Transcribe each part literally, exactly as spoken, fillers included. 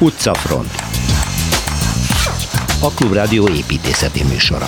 Utcafront, a Klubrádió építészeti műsora.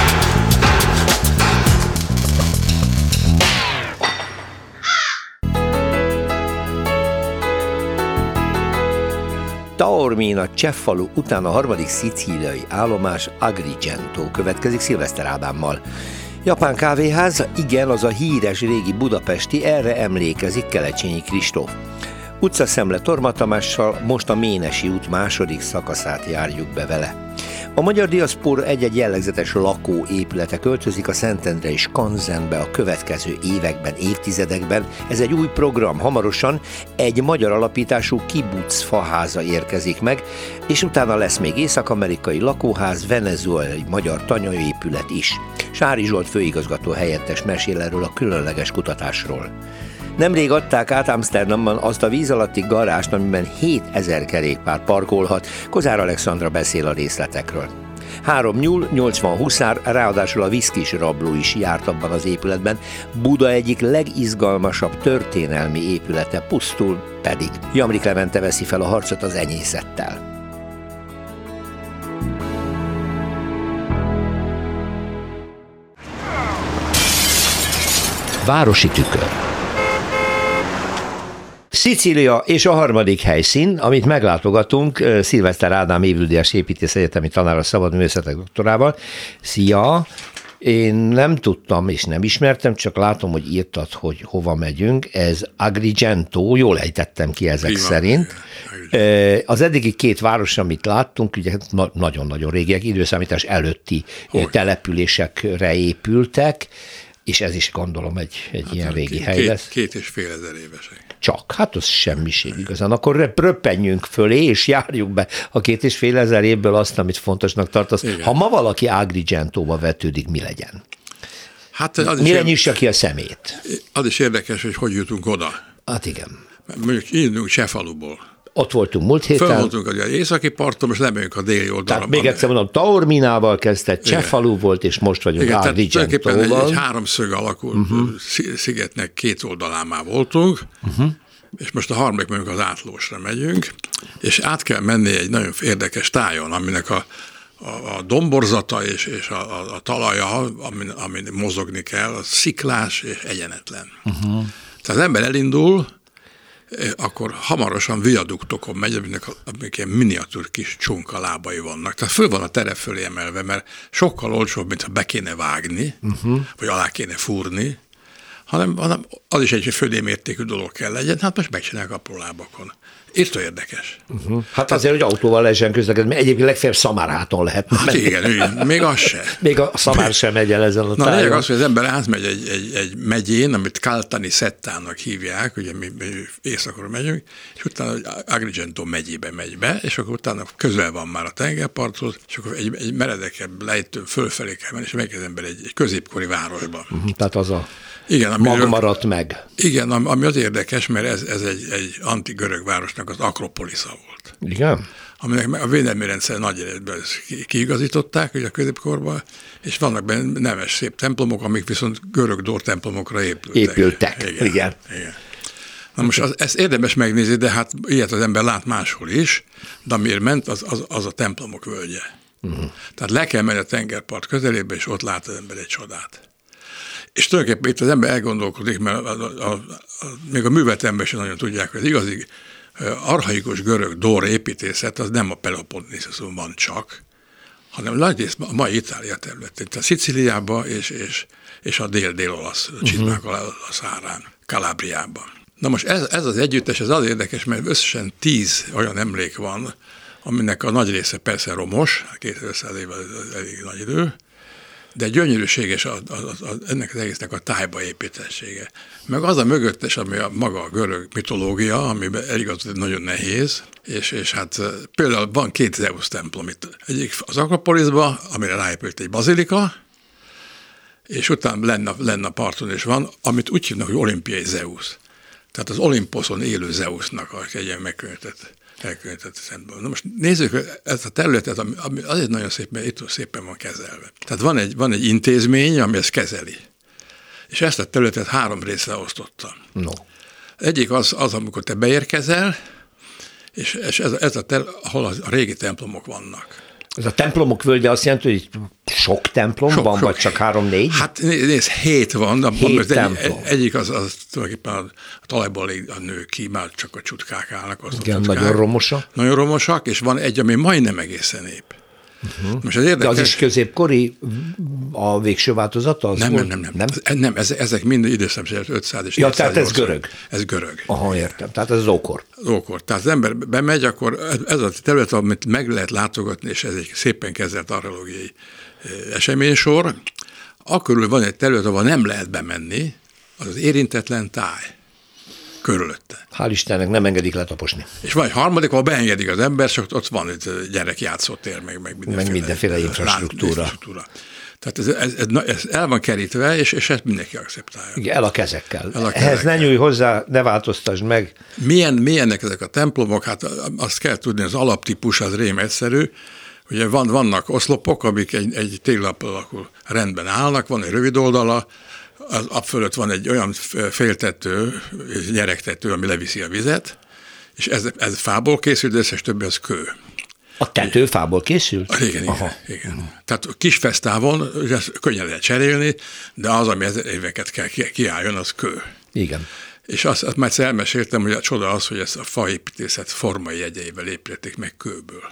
Taormina, Ceffalu után a harmadik szicíliai állomás Agrigento következik Szilveszter Ádámmal. Japán kávéház, igen, az a híres régi budapesti, erre emlékezik Kelecsényi Kristóf. Utcaszemle Torma Tamással most a Ménesi út második szakaszát járjuk be vele. A Magyar Diaszpóra egy-egy jellegzetes lakóépülete költözik a Szentendrei Skanzenbe a következő években, évtizedekben. Ez egy új program, hamarosan egy magyar alapítású kibuc faháza érkezik meg, és utána lesz még észak-amerikai lakóház, venezuelai magyar tanyaépület is. Sári Zsolt főigazgató helyettes mesél erről a különleges kutatásról. Nemrég adták át Amsterdamban azt a víz alatti garást, amiben hétezer kerékpár parkolhat. Kozár Alexandra beszél a részletekről. Három nyúl, nyolcvan huszár, ráadásul a viszkis rabló is járt abban az épületben. Buda egyik legizgalmasabb történelmi épülete pusztul pedig. Jamrik Levente veszi fel a harcot az enyészettel. Városi tükör. Szicília és a harmadik helyszín, amit meglátogatunk Szilveszter Ádám évüldíjas építész egyetemi tanár a szabadművészetek doktorával. Szia! Én nem tudtam és nem ismertem, csak látom, hogy írtad, hogy hova megyünk. Ez Agrigento, jól ejtettem ki ezek Prima. szerint. Az eddigi két város, amit láttunk, ugye nagyon-nagyon régiek, időszámítás előtti hogy? településekre épültek, és ez is gondolom egy, egy hát ilyen régi két, hely lesz. Két és fél ezer évesek. Csak, hát az semmiség igazán. Akkor röppenjünk fölé, és járjuk be a két és fél ezer évből azt, amit fontosnak tartasz. Igen. Ha ma valaki Agrigentóba vetődik, mi legyen? Hát az Mire is nyissa ki a szemét? Az is érdekes, hogy hogy jutunk oda. Hát igen. Mondjuk indulunk Ceffaluból. Ott voltunk múlt héten. Föl voltunk az északi parton, most lemegyünk a déli oldalra. Tehát még egyszer mondom, Taorminával kezdett, Ceffalu volt, és most vagyunk Agrigentóban. Tulajdonképpen egy, egy háromszög alakú uh-huh. szigetnek két oldalán már voltunk, uh-huh. és most a harmadik mondjuk az Átlósra megyünk, és át kell menni egy nagyon érdekes tájon, aminek a, a, a domborzata és, és a, a, a talaja, amin, amin mozogni kell, az sziklás és egyenetlen. Uh-huh. Tehát az ember elindul, akkor hamarosan viaduktokon megy, aminek, amik ilyen miniatúr kis csonka lábai vannak. Tehát föl van a terep fölé emelve, mert sokkal olcsóbb, mint ha be kéne vágni, uh-huh. vagy alá kéne fúrni, hanem, hanem az is egy földémértékű dolog kell legyen, hát most megcsinálják apró lábakon. Írtó érdekes. Uh-huh. Hát azért, hogy autóval lehessen közlekedni, mert egyébként legfeljebb Szamárháton lehet. Hát igen, igen, még az se. Még a Szamár sem megy el ezen a tájon. Na, lényeg az, hogy az ember átmegy egy, egy, egy megyén, amit Caltani Settának hívják, ugye mi, mi északra megyünk, és utána Agrigento megyébe megy be, és akkor utána közel van már a tengerparthoz, és akkor egy, egy meredekebb lejtőn fölfelé kell menni, és megy az ember egy, egy középkori városba. Uh-huh. Tehát az a igen, maga maradt meg. Igen, ami az érdekes, mert ez, ez egy, egy anti-görög városnak az Akropolisza volt. Igen. Aminek a védelmi rendszer nagy részben kiigazították ugye a középkorban, és vannak benne nemes szép templomok, amik viszont görög dór templomokra épültek. Épültek, igen. igen. igen. Na most az, ezt érdemes megnézni, de hát ilyet az ember lát máshol is, de amiért ment, az, az, az a templomok völgye. Uh-huh. Tehát le kell menni a tengerpart közelébe, és ott lát az ember egy csodát. És tulajdonképpen itt az ember elgondolkodik, mert a, a, a, a, még a művelt ember sem nagyon tudják, hogy az igazi archaikus görög dór építészet az nem a Peloponnészon van csak, hanem nagyrészt a mai Itália területén, tehát Szicíliában és, és, és a dél-dél-olasz csizmák uh-huh. a szárán, Kalábriában. Na most ez, ez az együttes, ez az érdekes, mert összesen tíz olyan emlék van, aminek a nagy része persze romos, kétezer-ötszáz év az elég nagy idő, de gyönyörűséges a, a, a, ennek az egésznek a tájba építettsége. Meg az a mögöttes, ami a maga a görög mitológia, amiben eligazodni nagyon nehéz, és, és hát például van két Zeus templom itt. Egyik az Akropolisban, amire ráépült egy bazilika, és utána lenne, lenne a parton is van, amit úgy hívnak, hogy olimpiai Zeus. Tehát az Olimposzon élő Zeusnak egy ilyen megkülönített elkülönített szentben. Na most nézzük ezt a területet, ami azért nagyon szép, mert itt szépen van kezelve. Tehát van egy, van egy intézmény, ami ezt kezeli. És ezt a területet három részre osztotta. No. Egyik az, az, amikor te beérkezel, És, és ez, ez a ter, ahol a régi templomok vannak. Ez a templomok völgye azt jelenti, hogy sok templom sok, van, sok, vagy csak három-négy? Hát nézd, hét van. Hét az templom. Egy, egyik az, az tulajdonképpen a, a talajból a nő ki, már csak a csutkák állnak. Az Igen, csutkák. nagyon romosak. Nagyon romosak, és van egy, ami majdnem egészen ép. Uh-huh. Most az érdekes... De az is középkori a végső változata? Az nem, nem, nem, nem, nem. Ez, nem ez, ezek mind időszámos ötszáz és ja, tehát ez görög? Ez görög. Aha, értem. Tehát ez az ókor. Az ókor. Tehát az ember bemegy, akkor ez a terület, amit meg lehet látogatni, és ez egy szépen kezelt archeológiai eseménysor, akkor van egy terület, ahol nem lehet bemenni, az az érintetlen táj. Körülötte. Hál' Istennek nem engedik letaposni. És van egy harmadik, ahol beengedik az ember, csak ott van egy gyerek játszótér, meg, meg mindenféle, meg mindenféle infrastruktúra. infrastruktúra. Tehát ez, ez, ez, ez el van kerítve, és, és ezt mindenki akceptálja. Igen, el a kezekkel. El a kezekkel. Ehhez ne nyújj hozzá, ne változtasd meg. Milyen, milyennek ezek a templomok? Hát azt kell tudni, az alaptípus az rém egyszerű. Ugye van, vannak oszlopok, amik egy, egy téglap alakul rendben állnak, van egy rövid oldala, az ab fölött van egy olyan féltető, nyeregtető, ami leviszi a vizet, és ez, ez fából készül, de összes többi az kő. A tető fából készült? Igen, igen. igen. Uh-huh. Tehát kis fesztávon könnyen lehet cserélni, de az, ami ezer éveket kell kiálljon, az kő. Igen. És azt, azt már egyszer elmeséltem, hogy a csoda az, hogy ezt a faépítészet formai jegyeivel építették meg kőből.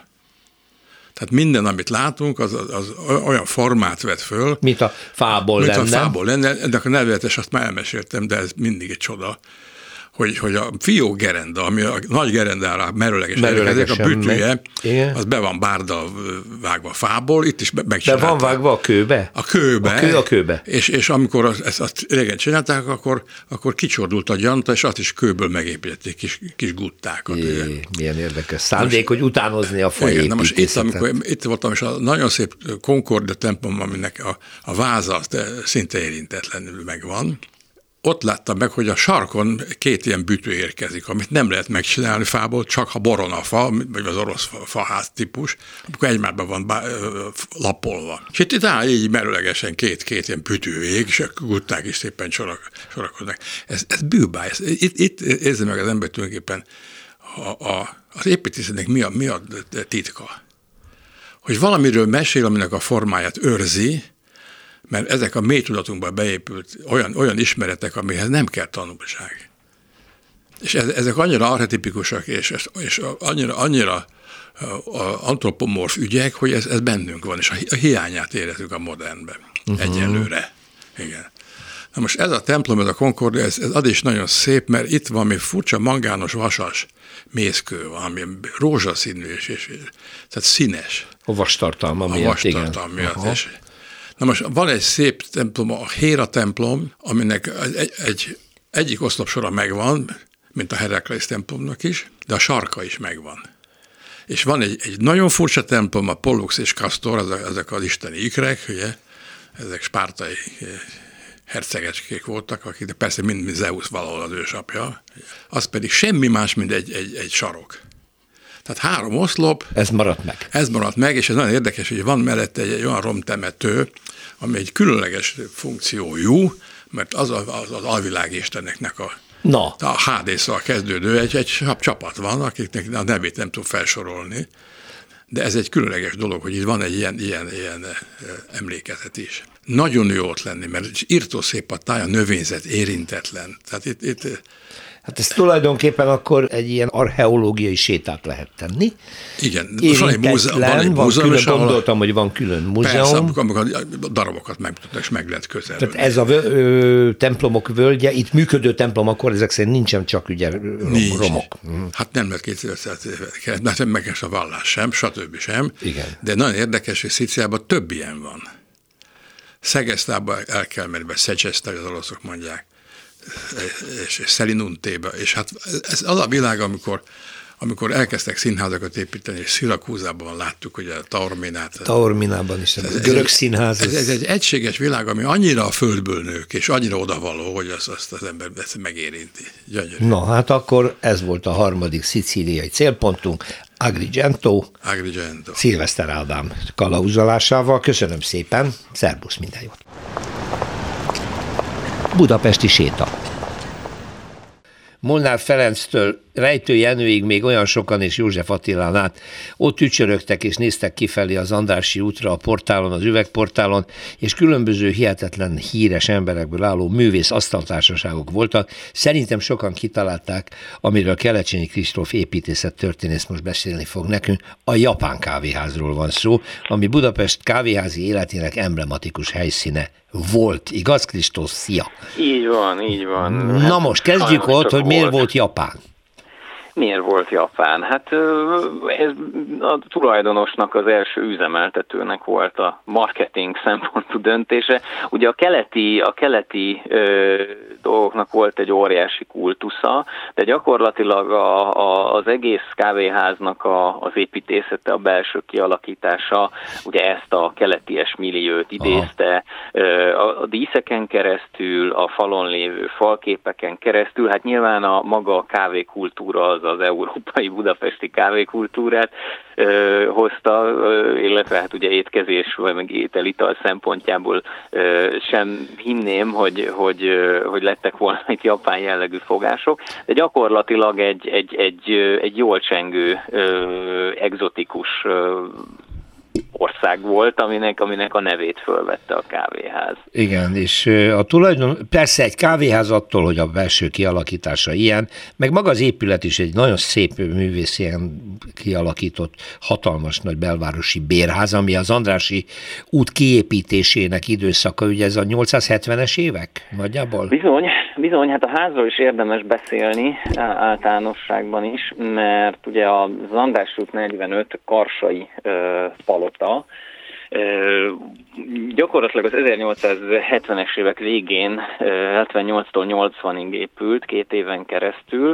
Tehát minden, amit látunk, az, az, az olyan formát vett föl. Mint a fából mint lenne. Mint a fából lenne, de a nevezetes, azt már elmeséltem, de ez mindig egy csoda, hogy, hogy a fió gerenda, ami a nagy gerendára merőleges merőleges a bütűje, meg, az be van bárda vágva fából, itt is megcsinálták. De van vágva a kőbe? A kőbe. A kő a kőbe. És, és amikor az, ezt, azt régen csinálták, akkor, akkor kicsordult a gyanta, és azt is kőből megépítették kis, kis guttákat. Jé, milyen érdekes szándék, most, hogy utánozni a fajépítészetet. Na most itt, amikor itt voltam, és a nagyon szép Concordia templom, aminek a, a váza szinte érintetlenül megvan, ott láttam meg, hogy a sarkon két ilyen bütő érkezik, amit nem lehet megcsinálni fából, csak ha boronafa, vagy az orosz faház típus, amikor egymásban van bá, lapolva. És itt, itt áll így merőlegesen két-két ilyen bütővég, és a gutták is szépen sorak, sorakoznak. Ez, ez bűbáj. Ez, itt, itt érzi meg az ember tulajdonképpen a, a, az építészetnek mi a, mi a titka. Hogy valamiről mesél, aminek a formáját őrzi, mert ezek a mély tudatunkba beépült olyan, olyan ismeretek, amihez nem kell tanulság. És ezek annyira archetipikusak, és, és annyira, annyira antropomorf ügyek, hogy ez, ez bennünk van, és a hiányát érezzük a modernben. Uh-huh. Egyelőre. Igen. Na most ez a templom, ez a Concordia, ez, ez ad is nagyon szép, mert itt van még furcsa mangános vasas mészkő van, ami rózsaszínű, és, és, tehát színes. A vastartalma miatt, A vastartalma miatt, uh-huh. és na most van egy szép templom, a Héra templom, aminek egy, egy, egyik oszlopsora megvan, mint a Herakleisz templomnak is, de a sarka is megvan. És van egy, egy nagyon furcsa templom, a Pollux és Castor, ezek, ezek az isteni ikrek, ugye, ezek spártai hercegecskék voltak, akik, de persze mind, mind Zeus valahol az ősapja, az pedig semmi más, mint egy, egy, egy sarok. Tehát három oszlop. Ez maradt meg. Ez maradt meg, és ez nagyon érdekes, hogy van mellette egy, egy olyan romtemető, ami egy különleges funkciójú, mert az az, az, az alvilágisteneknek a, no. a Hádésszal kezdődő egy, egy csapat van, akiknek a nevét nem tud felsorolni, de ez egy különleges dolog, hogy itt van egy ilyen, ilyen, ilyen emlékezet is. Nagyon jó ott lenni, mert írtó szép a táj, a növényzet érintetlen. Tehát itt, itt hát ez tulajdonképpen akkor egy ilyen archeológiai sétát lehet tenni. Igen. Érintetlen, van külön, külön gondoltam, hogy van külön múzeum. Persze, amikor a darabokat megtudtak, és meg lehet közelről. Tehát ez a ö, templomok völgye, itt működő templom, akkor ezek szerint nincsen csak ugye Nincs. romok. Hát nem lehet kétezer-száz évet, nem meg a vallás sem, stb. Sem. Igen. De nagyon érdekes, hogy Szicíliában több ilyen van. Szegesztában el kell menni, vagy Szegeszta, az oroszok mondják, és Szelinuntébe, és hát ez az a világ, amikor, amikor elkezdtek színházakat építeni, és Szirakúzában láttuk, hogy a Taorminát. Taorminában is, ez, görög színház. Ez, ez egy egységes világ, ami annyira a földből nők, és annyira odavaló, hogy azt, azt az ember ezt megérinti. Gyönyörű. Na, hát akkor ez volt a harmadik szicíliai célpontunk, Agrigento, Agrigento. Szilveszter Ádám kalauzolásával. Köszönöm szépen, szerbusz, minden jót! Budapesti séta. Molnár Ferenctől Rejtő Jenőig még olyan sokan, és József Attilán át ott ücsörögtek és néztek kifelé az Andrássy útra a portálon, az üvegportálon, és különböző hihetetlen híres emberekből álló művész asztaltársaságok voltak. Szerintem sokan kitalálták, amiről Kelecsényi Kristóf építészettörténész most beszélni fog nekünk. A Japán kávéházról van szó, ami Budapest kávéházi életének emblematikus helyszíne volt. Igaz, Kristóf? Szia! Így van, így van. Na most kezdjük ott, hogy miért volt. volt Japán. Miért volt Japán? Hát ez a tulajdonosnak, az első üzemeltetőnek volt a marketing szempontú döntése. Ugye a keleti, a keleti ö, dolgoknak volt egy óriási kultusza, de gyakorlatilag a, a, az egész kávéháznak a, az építészete, a belső kialakítása, ugye ezt a keleties milliót idézte, a, a díszeken keresztül, a falon lévő falképeken keresztül, hát nyilván a maga a kávékultúra az az európai budapesti kávékultúrát ö, hozta, ö, illetve hát ugye étkezés vagy meg ételital szempontjából ö, sem hinném, hogy, hogy, ö, hogy lettek volna itt japán jellegű fogások, de gyakorlatilag egy, egy, egy, egy jól csengő, ö, egzotikus ö, ország volt, aminek, aminek a nevét fölvette a kávéház. Igen, és a tulajdon, persze egy kávéház attól, hogy a belső kialakítása ilyen, meg maga az épület is egy nagyon szép művész ilyen kialakított, hatalmas nagy belvárosi bérház, ami az Andrássy út kiépítésének időszaka, ugye ez a nyolcszázhetvenes évek nagyjából? Bizony, bizony, hát a házról is érdemes beszélni általánosságban is, mert ugye az Andrássy út negyvenöt karsai uh, palota, gyakorlatilag az ezernyolcszázhetvenes évek végén, hetvennyolctól nyolcvanig épült két éven keresztül,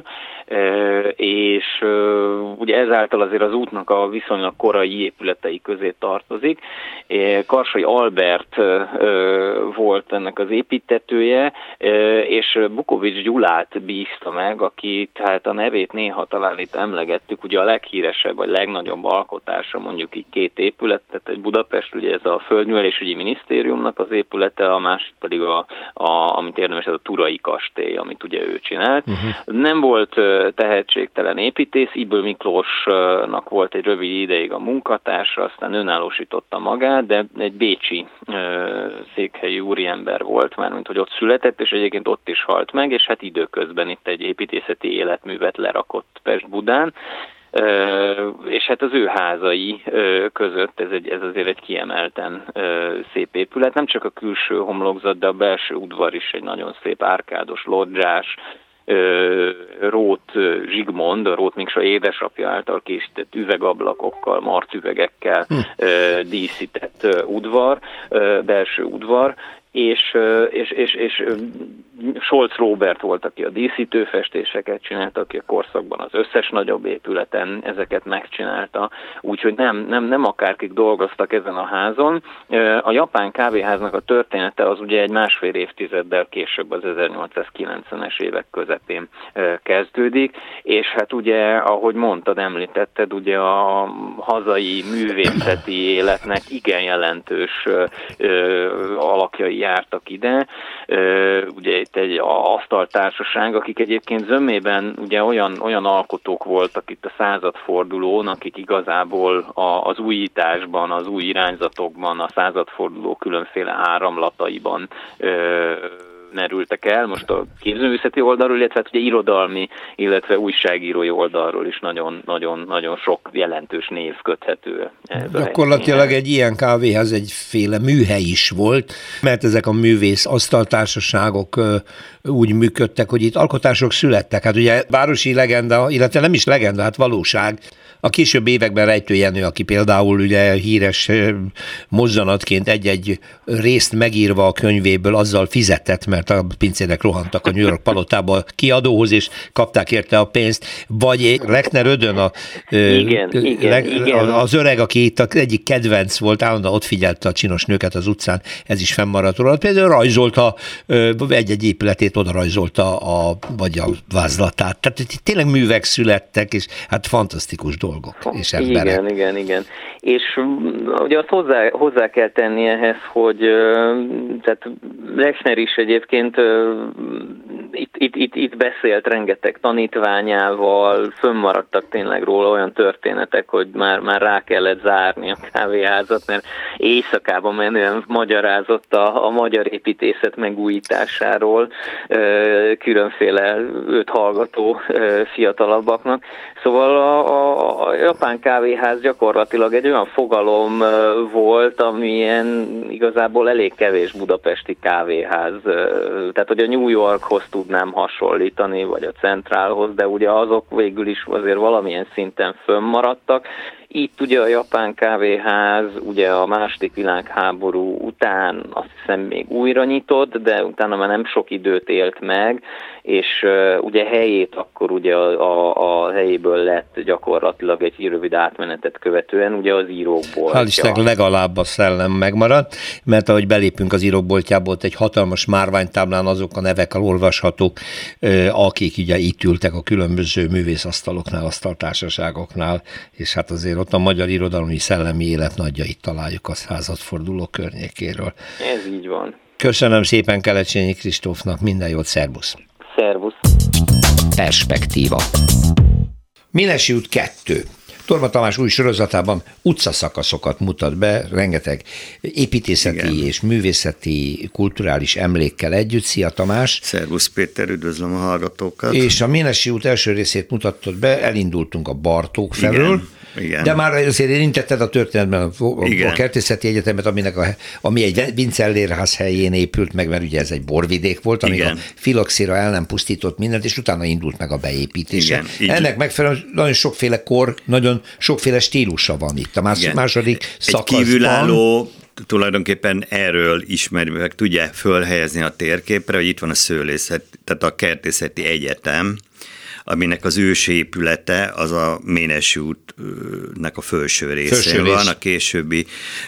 és ugye ezáltal azért az útnak a viszonylag korai épületei közé tartozik. Karsai Albert volt ennek az építetője, és Bukovics Gyulát bízta meg, aki tehát a nevét néha talán itt emlegettük, ugye a leghíresebb vagy legnagyobb alkotása mondjuk így két épület, tehát egy Budapest, ugye ez a Földművelésügyi Minisztériumnak az épülete, a másik pedig a, a amit érdemes, ez a Turai kastély, amit ugye ő csinált. Uh-huh. Nem volt tehetségtelen építész, Ybl Miklósnak volt egy rövid ideig a munkatársa, aztán önállósította magát, de egy bécsi székhelyi úriember volt már, mint hogy ott született, és egyébként ott is halt meg, és hát időközben itt egy építészeti életművet lerakott Pest-Budán. Uh, és hát az ő házai uh, között ez, egy, ez azért egy kiemelten uh, szép épület, nem csak a külső homlokzat, de a belső udvar is egy nagyon szép árkádos, lodzsás, uh, Rót Zsigmond, a Rót Miksa édesapja által készített üvegablakokkal, martüvegekkel uh, díszített uh, udvar, uh, belső udvar, és, és, és, és Scholz Róbert volt, aki a díszítőfestéseket csinálta, aki a korszakban az összes nagyobb épületen ezeket megcsinálta, úgyhogy nem, nem, nem akárkik dolgoztak ezen a házon. A japán kávéháznak a története az ugye egy másfél évtizeddel később, az ezernyolcszázkilencvenes évek közepén kezdődik, és hát ugye, ahogy mondtad, említetted, ugye a hazai művészeti életnek igen jelentős alakjai jártak ide, ugye itt egy asztaltársaság, akik egyébként zömében ugye olyan, olyan alkotók voltak itt a századfordulón, akik igazából a, az újításban, az új irányzatokban, a századforduló különféle áramlataiban ö, merültek el, most a képzőművészeti oldalról, illetve hát ugye irodalmi, illetve újságírói oldalról is nagyon, nagyon, nagyon sok jelentős név köthető. Gyakorlatilag egy ilyen kávéház egyféle műhely is volt, mert ezek a művész asztaltársaságok úgy működtek, hogy itt alkotások születtek. Hát ugye városi legenda, illetve nem is legenda, hát valóság. A később években Rejtő Jenő, aki például ugye híres mozzanatként egy-egy részt megírva a könyvéből, azzal fizetett, mert a pincérek rohantak a New York palotába kiadóhoz, és kapták érte a pénzt, vagy Lechner Ödön, a, igen, le, igen, igen. az öreg, aki itt az egyik kedvenc volt, állandóan ott figyelte a csinos nőket az utcán, ez is fennmaradt róla. Például rajzolta, egy-egy épületét oda rajzolta, a, vagy a vázlatát. Tehát tényleg művek születtek, és hát fantasztikus dolgok és emberek. Igen, igen, igen. És ugye azt hozzá, hozzá kell tenni ehhez, hogy tehát Lechner is egyébként itt, itt, itt, itt beszélt rengeteg tanítványával, fönnmaradtak tényleg róla olyan történetek, hogy már, már rá kellett zárni a kávéházat, mert éjszakában menően magyarázott a, a magyar építészet megújításáról különféle őt hallgató fiatalabbaknak. Szóval a, a, a japán kávéház gyakorlatilag egy olyan fogalom volt, amilyen igazából elég kevés budapesti kávéház. Tehát, hogy a New Yorkhoz tudnám hasonlítani, vagy a Centrálhoz, de ugye azok végül is azért valamilyen szinten fönnmaradtak. Itt ugye a japán kávéház ugye a második világháború után azt hiszem még újra nyitott, de utána már nem sok időt élt meg, és uh, ugye helyét akkor ugye a, a, a helyéből lett gyakorlatilag egy rövid átmenetet követően ugye az írókból. Hál' Istennek legalább a szellem megmaradt, mert ahogy belépünk az írókboltjából, ott egy hatalmas márványtáblán azok a nevek olvashatók, akik ugye itt ültek a különböző művészasztaloknál, asztaltársaságoknál, és hát azért ott a magyar irodalmi szellemi élet nagyjait találjuk a századforduló környékéről. Ez így van. Köszönöm szépen Kelecsényi Kristófnak, minden jót, szervusz! Szervusz! Perspektíva. Minesi út kettő. Torma Tamás új sorozatában utcaszakaszokat mutat be, rengeteg építészeti Igen. és művészeti, kulturális emlékkel együtt. Szia Tamás! Szervusz Péter, üdvözlöm a hallgatókat! És a Minesi út első részét mutattad be, elindultunk a Bartók felől, Igen. Igen. De már azért érintetted a történetben a, a Kertészeti Egyetemet, aminek a, ami egy Vincellérház helyén épült meg, mert ugye ez egy borvidék volt, amíg Igen. a filoxéra el nem pusztított mindent, és utána indult meg a beépítése. Igen, Ennek megfelelően nagyon sokféle kor, nagyon sokféle stílusa van itt. A más, második egy szakaszban. Egy kívülálló tulajdonképpen erről ismeri, meg tudja fölhelyezni a térképre, hogy itt van a szőlészet, tehát a Kertészeti Egyetem, aminek az ősi épülete az a Ménesi útnak a felső részén felső van, rész. A későbbi,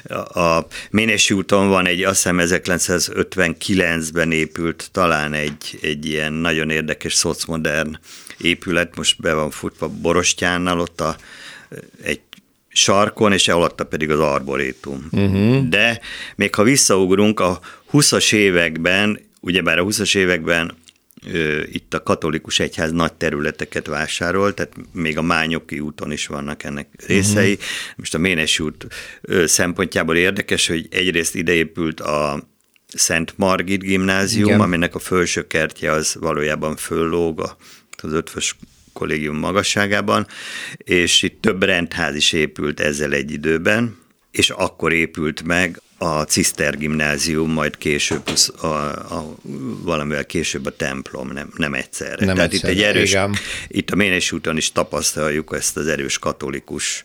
a Ménesi úton van egy, azt hiszem ezerkilencszázötvenkilencben épült talán egy, egy ilyen nagyon érdekes szocmodern épület, most be van futva Borostyánnal, ott a, egy sarkon, és alatta pedig az arborétum. Uh-huh. De még ha visszaugrunk, a huszas években, ugyebár a huszas években itt a katolikus egyház nagy területeket vásárolt, tehát még a Mányoki úton is vannak ennek részei. Uh-huh. Most a Ménesi út szempontjából érdekes, hogy egyrészt ide épült a Szent Margit gimnázium, Igen. aminek a felső kertje az valójában föllóg az Ötvös kollégium magasságában, és itt több rendház is épült ezzel egy időben, és akkor épült meg a Ciszter gimnázium, majd később, a, a, valamivel később a templom, nem, nem egyszerre. Nem Tehát egyszerre, itt egy erős, igen. itt a Ménesi úton is tapasztaljuk ezt az erős katolikus,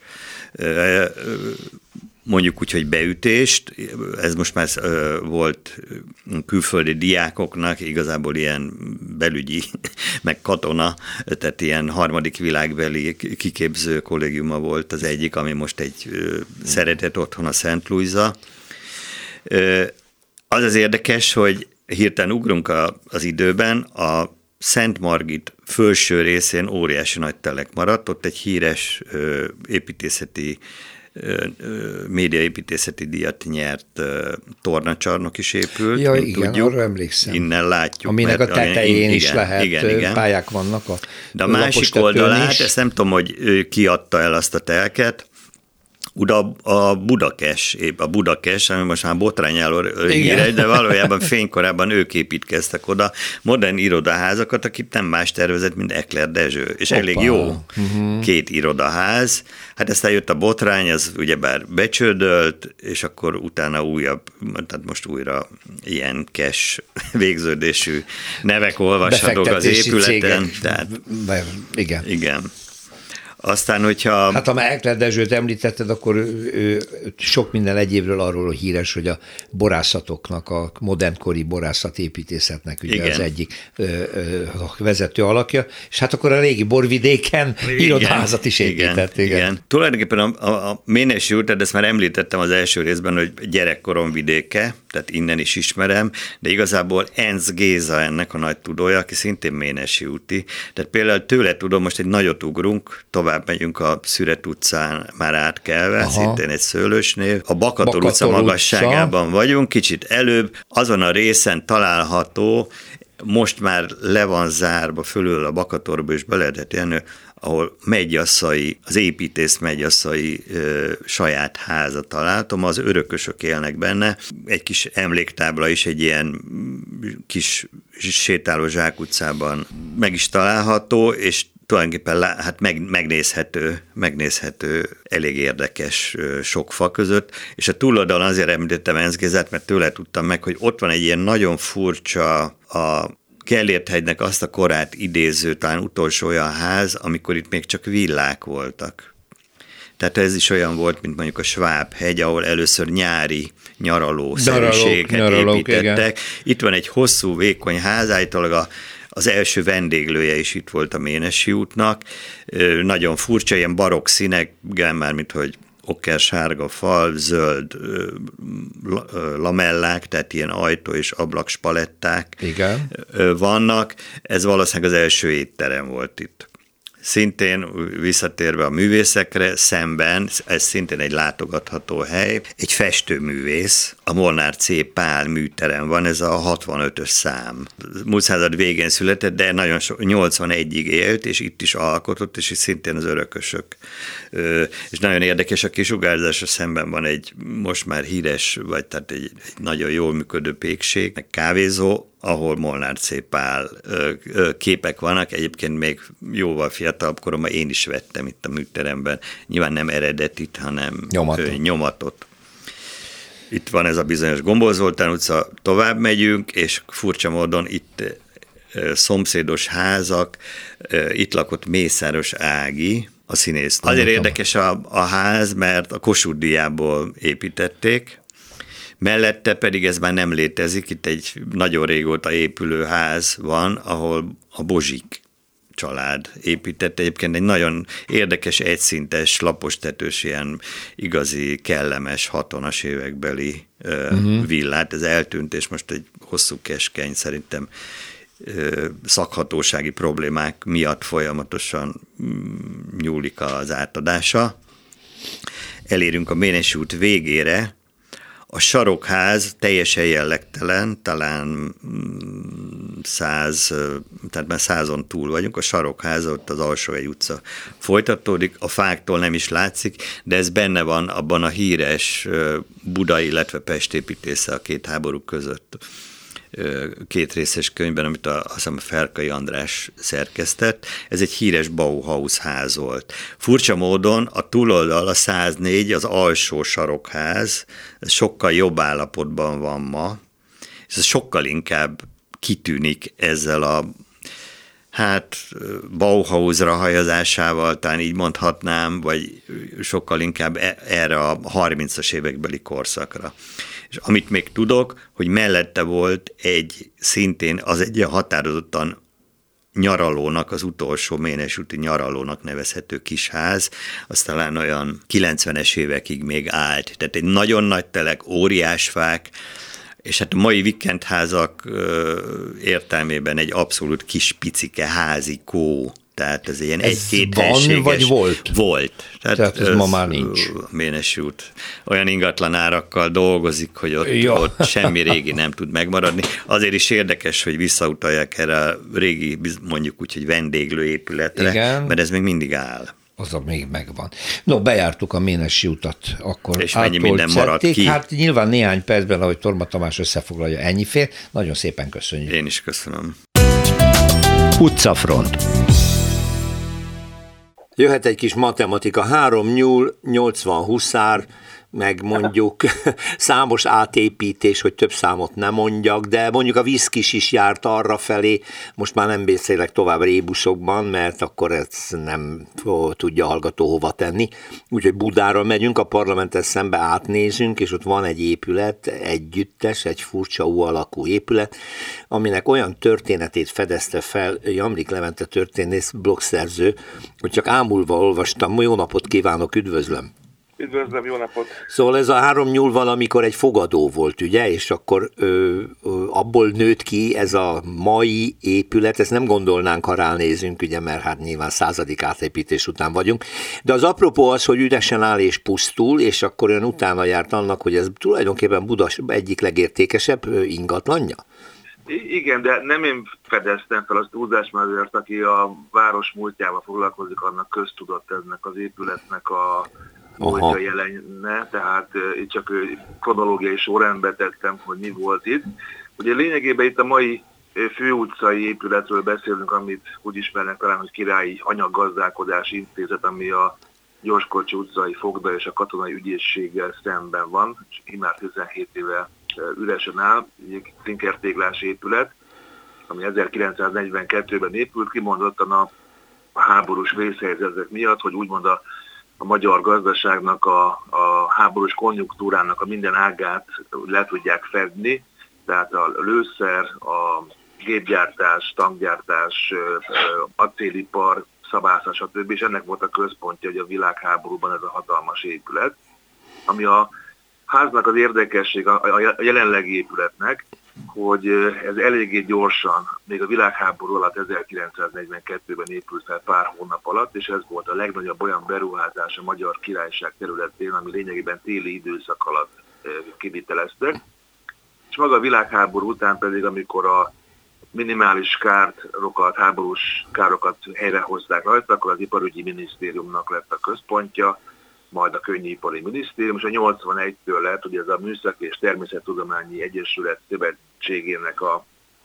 mondjuk úgy, hogy beütést. Ez most már volt külföldi diákoknak, igazából ilyen belügyi, meg katona, tehát ilyen harmadik világbeli kiképző kollégiuma volt az egyik, ami most egy szeretett otthon a Szent Lujza. Az az érdekes, hogy hirtelen ugrunk a, az időben, a Szent Margit felső részén óriási nagy telek maradt, ott egy híres ö, építészeti, ö, ö, médiaépítészeti díjat nyert ö, tornacsarnok is épült. Ja, igen, tudjuk. Arra emlékszem. Innen látjuk. Aminek mert, a tetején igen, is lehet, igen, igen. pályák vannak a De a másik oldalát, ezt nem tudom, hogy ő ki adta el azt a telket, Uda, a Budakes, épp a Budakes, ami most már botrányálló híres, de valójában fénykorában ők építkeztek oda modern irodaházakat, akit nem más tervezett, mint Ekler Dezső. És Opa. elég jó uh-huh. két irodaház. Hát aztán jött a botrány, az ugyebár becsődölt, és akkor utána újabb, tehát most újra ilyen cash végződésű nevek olvashatók az épületen. Tehát, igen. Igen. Aztán, hogyha... Hát ha már Ekler Dezsőt említetted, akkor ő, ő, sok minden egyébről arról híres, hogy a borászatoknak, a modernkori borászatépítészetnek ugye Igen. az egyik ö, ö, a vezető alakja, és hát akkor a régi borvidéken irodaházat is épített. Igen, igen. igen. Tulajdonképpen a, a, a Ménesi út, ezt már említettem az első részben, hogy gyerekkorom vidéke, tehát innen is ismerem, de igazából Enz Géza ennek a nagy tudója, aki szintén Ménesi úti. Tehát például tőle tudom, most egy nagyot ugrunk, tovább megyünk a Szüret utcán már átkelve, Aha. szintén egy szőlősnél. A Bakator, Bakator utca magasságában utca. vagyunk, kicsit előbb, azon a részen található most már le van zárva fölül a Bakatorba, és be lehetett jönni, ahol Megyasszai, az építész Megyasszai ö, saját háza találtam, az örökösök élnek benne. Egy kis emléktábla is egy ilyen kis sétáló zsákutcában meg is található, és tulajdonképpen hát meg, megnézhető, megnézhető, elég érdekes sok fa között, és a túloldalon azért említettem Enz Gézát, mert tőle tudtam meg, hogy ott van egy ilyen nagyon furcsa, a Gellért-hegynek azt a korát idéző, talán utolsó olyan ház, amikor itt még csak villák voltak. Tehát ez is olyan volt, mint mondjuk a Sváb-hegy, ahol először nyári nyaralószerűséget építettek. Igen. Itt van egy hosszú, vékony ház, állítólag a Az első vendéglője is itt volt a Ménessy útnak. Nagyon furcsa, ilyen barokk színekkel, mármint hogy okker-sárga fal, zöld lamellák, tehát ilyen ajtó és ablakspaletták Igen. vannak. Ez valószínűleg az első étterem volt itt. Szintén visszatérve a művészekre, szemben, ez szintén egy látogatható hely, egy festőművész, a Molnár C. Pál műterem van, ez a hatvanötös szám. Múlt század végén született, de nagyon so, nyolcvanegyig élt, és itt is alkotott, és szintén az örökösök. És nagyon érdekes, a kisugárzásra szemben van egy most már híres, vagy tehát egy, egy nagyon jól működő pékség, meg kávézó, ahol Molnár C. Pál képek vannak, egyébként még jóval fiatalabb koromban én is vettem itt a műteremben, nyilván nem eredetit, hanem nyomatot. nyomatot. Itt van ez a bizonyos Gombol Zoltán utca, tovább megyünk, és furcsa módon itt szomszédos házak, itt lakott Mészáros Ági, a színész. Azért érdekes a, a ház, mert a Kossuth díjából építették, mellette pedig ez már nem létezik, itt egy nagyon régóta épülő ház van, ahol a Bozsik család épített. Egyébként egy nagyon érdekes, egyszintes, lapostetős, ilyen igazi, kellemes, hatonas évekbeli uh-huh. villát. Ez eltűnt, és most egy hosszú keskeny, szerintem szakhatósági problémák miatt folyamatosan nyúlik az átadása. Elérünk a Ménessy út végére. A sarokház teljesen jellegtelen, talán száz, tehát már százon túl vagyunk, a sarokház, ott az Alsóhegy utca folytatódik, a fáktól nem is látszik, de ez benne van abban a híres budai, illetve Pest építésze a két háború között két részes könyvben, amit a, azt hiszem, a Ferkai András szerkesztett. Ez egy híres Bauhaus ház volt. Furcsa módon a túloldal, a száznégy, az alsó sarokház, ez sokkal jobb állapotban van ma, és ez sokkal inkább kitűnik ezzel a hát Bauhausra hajazásával, talán így mondhatnám, vagy sokkal inkább erre a harmincas évekbeli korszakra. És amit még tudok, hogy mellette volt egy szintén, az egy határozottan nyaralónak, az utolsó Ménessy úti nyaralónak nevezhető kis ház, az talán olyan kilencvenes évekig még állt. Tehát egy nagyon nagy telek, óriás fák, és hát a mai vikendházak értelmében egy abszolút kis picike házi kó, tehát ez ilyen egy-két helységes. Vagy volt? Volt. Tehát, Tehát ez, ez ma már nincs. Ménessy út olyan ingatlan árakkal dolgozik, hogy ott, ja. ott semmi régi nem tud megmaradni. Azért is érdekes, hogy visszautalják erre a régi, mondjuk úgy, hogy vendéglőépületre, Igen. mert ez még mindig áll. Az a még megvan. No, bejártuk a Ménessy utat, akkor és mennyi minden maradt ki? Hát nyilván néhány percben, ahogy Torma Tamás összefoglalja, ennyi fér. Nagyon szépen köszönjük. Én is köszönöm. Utcafront. Jöhet egy kis matematika, három nyúl, nyolcvan huszár, meg mondjuk számos átépítés, hogy több számot nem mondjak, de mondjuk a Viszkis is járt arra felé, most már nem beszélek tovább rébuszokban, mert akkor ezt nem tudja a hallgató hova tenni. Úgyhogy Budára megyünk, a parlamenttel szembe átnézünk, és ott van egy épület, együttes, egy furcsa U alakú épület, aminek olyan történetét fedezte fel Jamrik Levente történész, blogszerző, hogy csak ámulva olvastam. Jó napot kívánok, üdvözlöm! Üdvözlöm, jó napot! Szóval ez a három nyúl valamikor egy fogadó volt, ugye? És akkor ö, ö, abból nőtt ki ez a mai épület, ezt nem gondolnánk, ha ránézünk, ugye, mert hát nyilván századik átépítés után vagyunk. De az apropó az, hogy üresen áll és pusztul, és akkor olyan utána járt annak, hogy ez tulajdonképpen Buda egyik legértékesebb ingatlanja? Igen, de nem én fedeztem fel azt túlzást, mert azért, aki a város múltjával foglalkozik, annak köztudott ennek az épületnek a múltja jelenne, tehát itt csak kronológiai sorrendbe tettem, hogy mi volt itt. Ugye lényegében itt a mai főutcai épületről beszélünk, amit úgy ismernek talán, hogy Királyi Anyaggazdálkodási Intézet, ami a Gyorskocsi utcai fogda és a katonai ügyészséggel szemben van, és immár tizenhét éve üresen áll, egy klinkertéglás épület, ami ezerkilencszáznegyvenkettőben épült, kimondottan a háborús vészhelyzetek miatt, hogy úgymond a, a magyar gazdaságnak, a, a háborús konjunktúrának a minden ágát le tudják fedni, tehát a lőszer, a gépgyártás, tankgyártás, acélipar, szabászat, stb. És ennek volt a központja, hogy a világháborúban ez a hatalmas épület, ami a háznak az érdekesség, a jelenlegi épületnek, hogy ez eléggé gyorsan, még a világháború alatt ezerkilencszáznegyvenkettőben épült fel pár hónap alatt, és ez volt a legnagyobb olyan beruházás a Magyar Királyság területén, ami lényegében téli időszak alatt kiviteleztek. És maga a világháború után pedig, amikor a minimális károkat, háborús károkat helyrehozták rajta, akkor az Iparügyi Minisztériumnak lett a központja, majd a Könnyűipari Minisztérium, és a nyolcvanegytől lett, hogy ez a Műszaki és Természettudományi Egyesület Szövetségének a,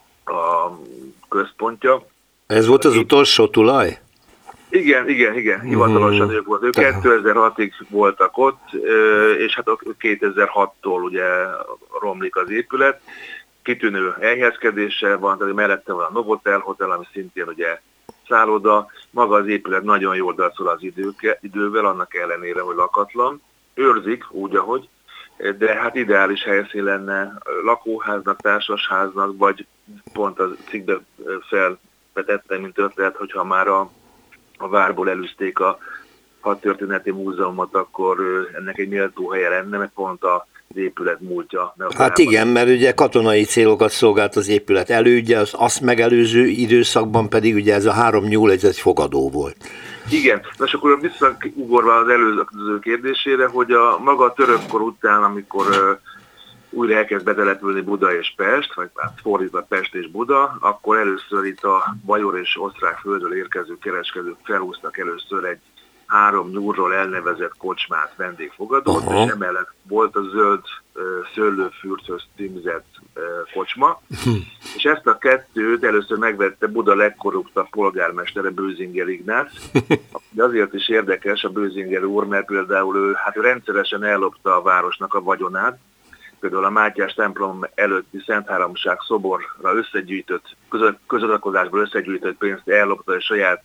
a központja. Ez volt az utolsó tulaj? Igen, igen, igen, hivatalosan ők volt. Ők kétezer-hatig voltak ott, és hát kétezer-hattól ugye romlik az épület. Kitűnő elhelyezkedése van, tehát mellette van a Novotel Hotel, ami szintén ugye szálloda. Maga az épület nagyon jól dacol az időke, idővel, annak ellenére, hogy lakatlan. Őrzik úgy, ahogy, de hát ideális helyszín lenne lakóháznak, társasháznak, vagy pont a cikkbe felvetettem, mint ötlet, hogyha már a, a várból elűzték a hadtörténeti múzeumot, akkor ennek egy méltó helye lenne, mert pont a az épület múltja. Hát igen, mert ugye katonai célokat szolgált az épület elődje, az azt megelőző időszakban pedig ugye ez a három nyúl, ez egy fogadó volt. Igen, és akkor visszaugorva az előző kérdésére, hogy a maga a törökkor után, amikor uh, újra elkezd betelepülni Buda és Pest, vagy hát fordítva Pest és Buda, akkor először itt a bajor és osztrák földről érkező kereskedők felhúztak először egy három nyúlról elnevezett kocsmát, vendégfogadót, uh-huh. és emellett volt a zöld uh, szőlőfürthöz címzett uh, kocsma, uh-huh. és ezt a kettőt először megvette Buda legkorruptabb polgármestere, Bőzinger Ignác. De azért is érdekes a Bőzinger úr, mert például ő, hát ő rendszeresen ellopta a városnak a vagyonát, például a Mátyás templom előtti Szentháromság szoborra összegyűjtött, közadakozásból összegyűjtött pénzt ellopta, és saját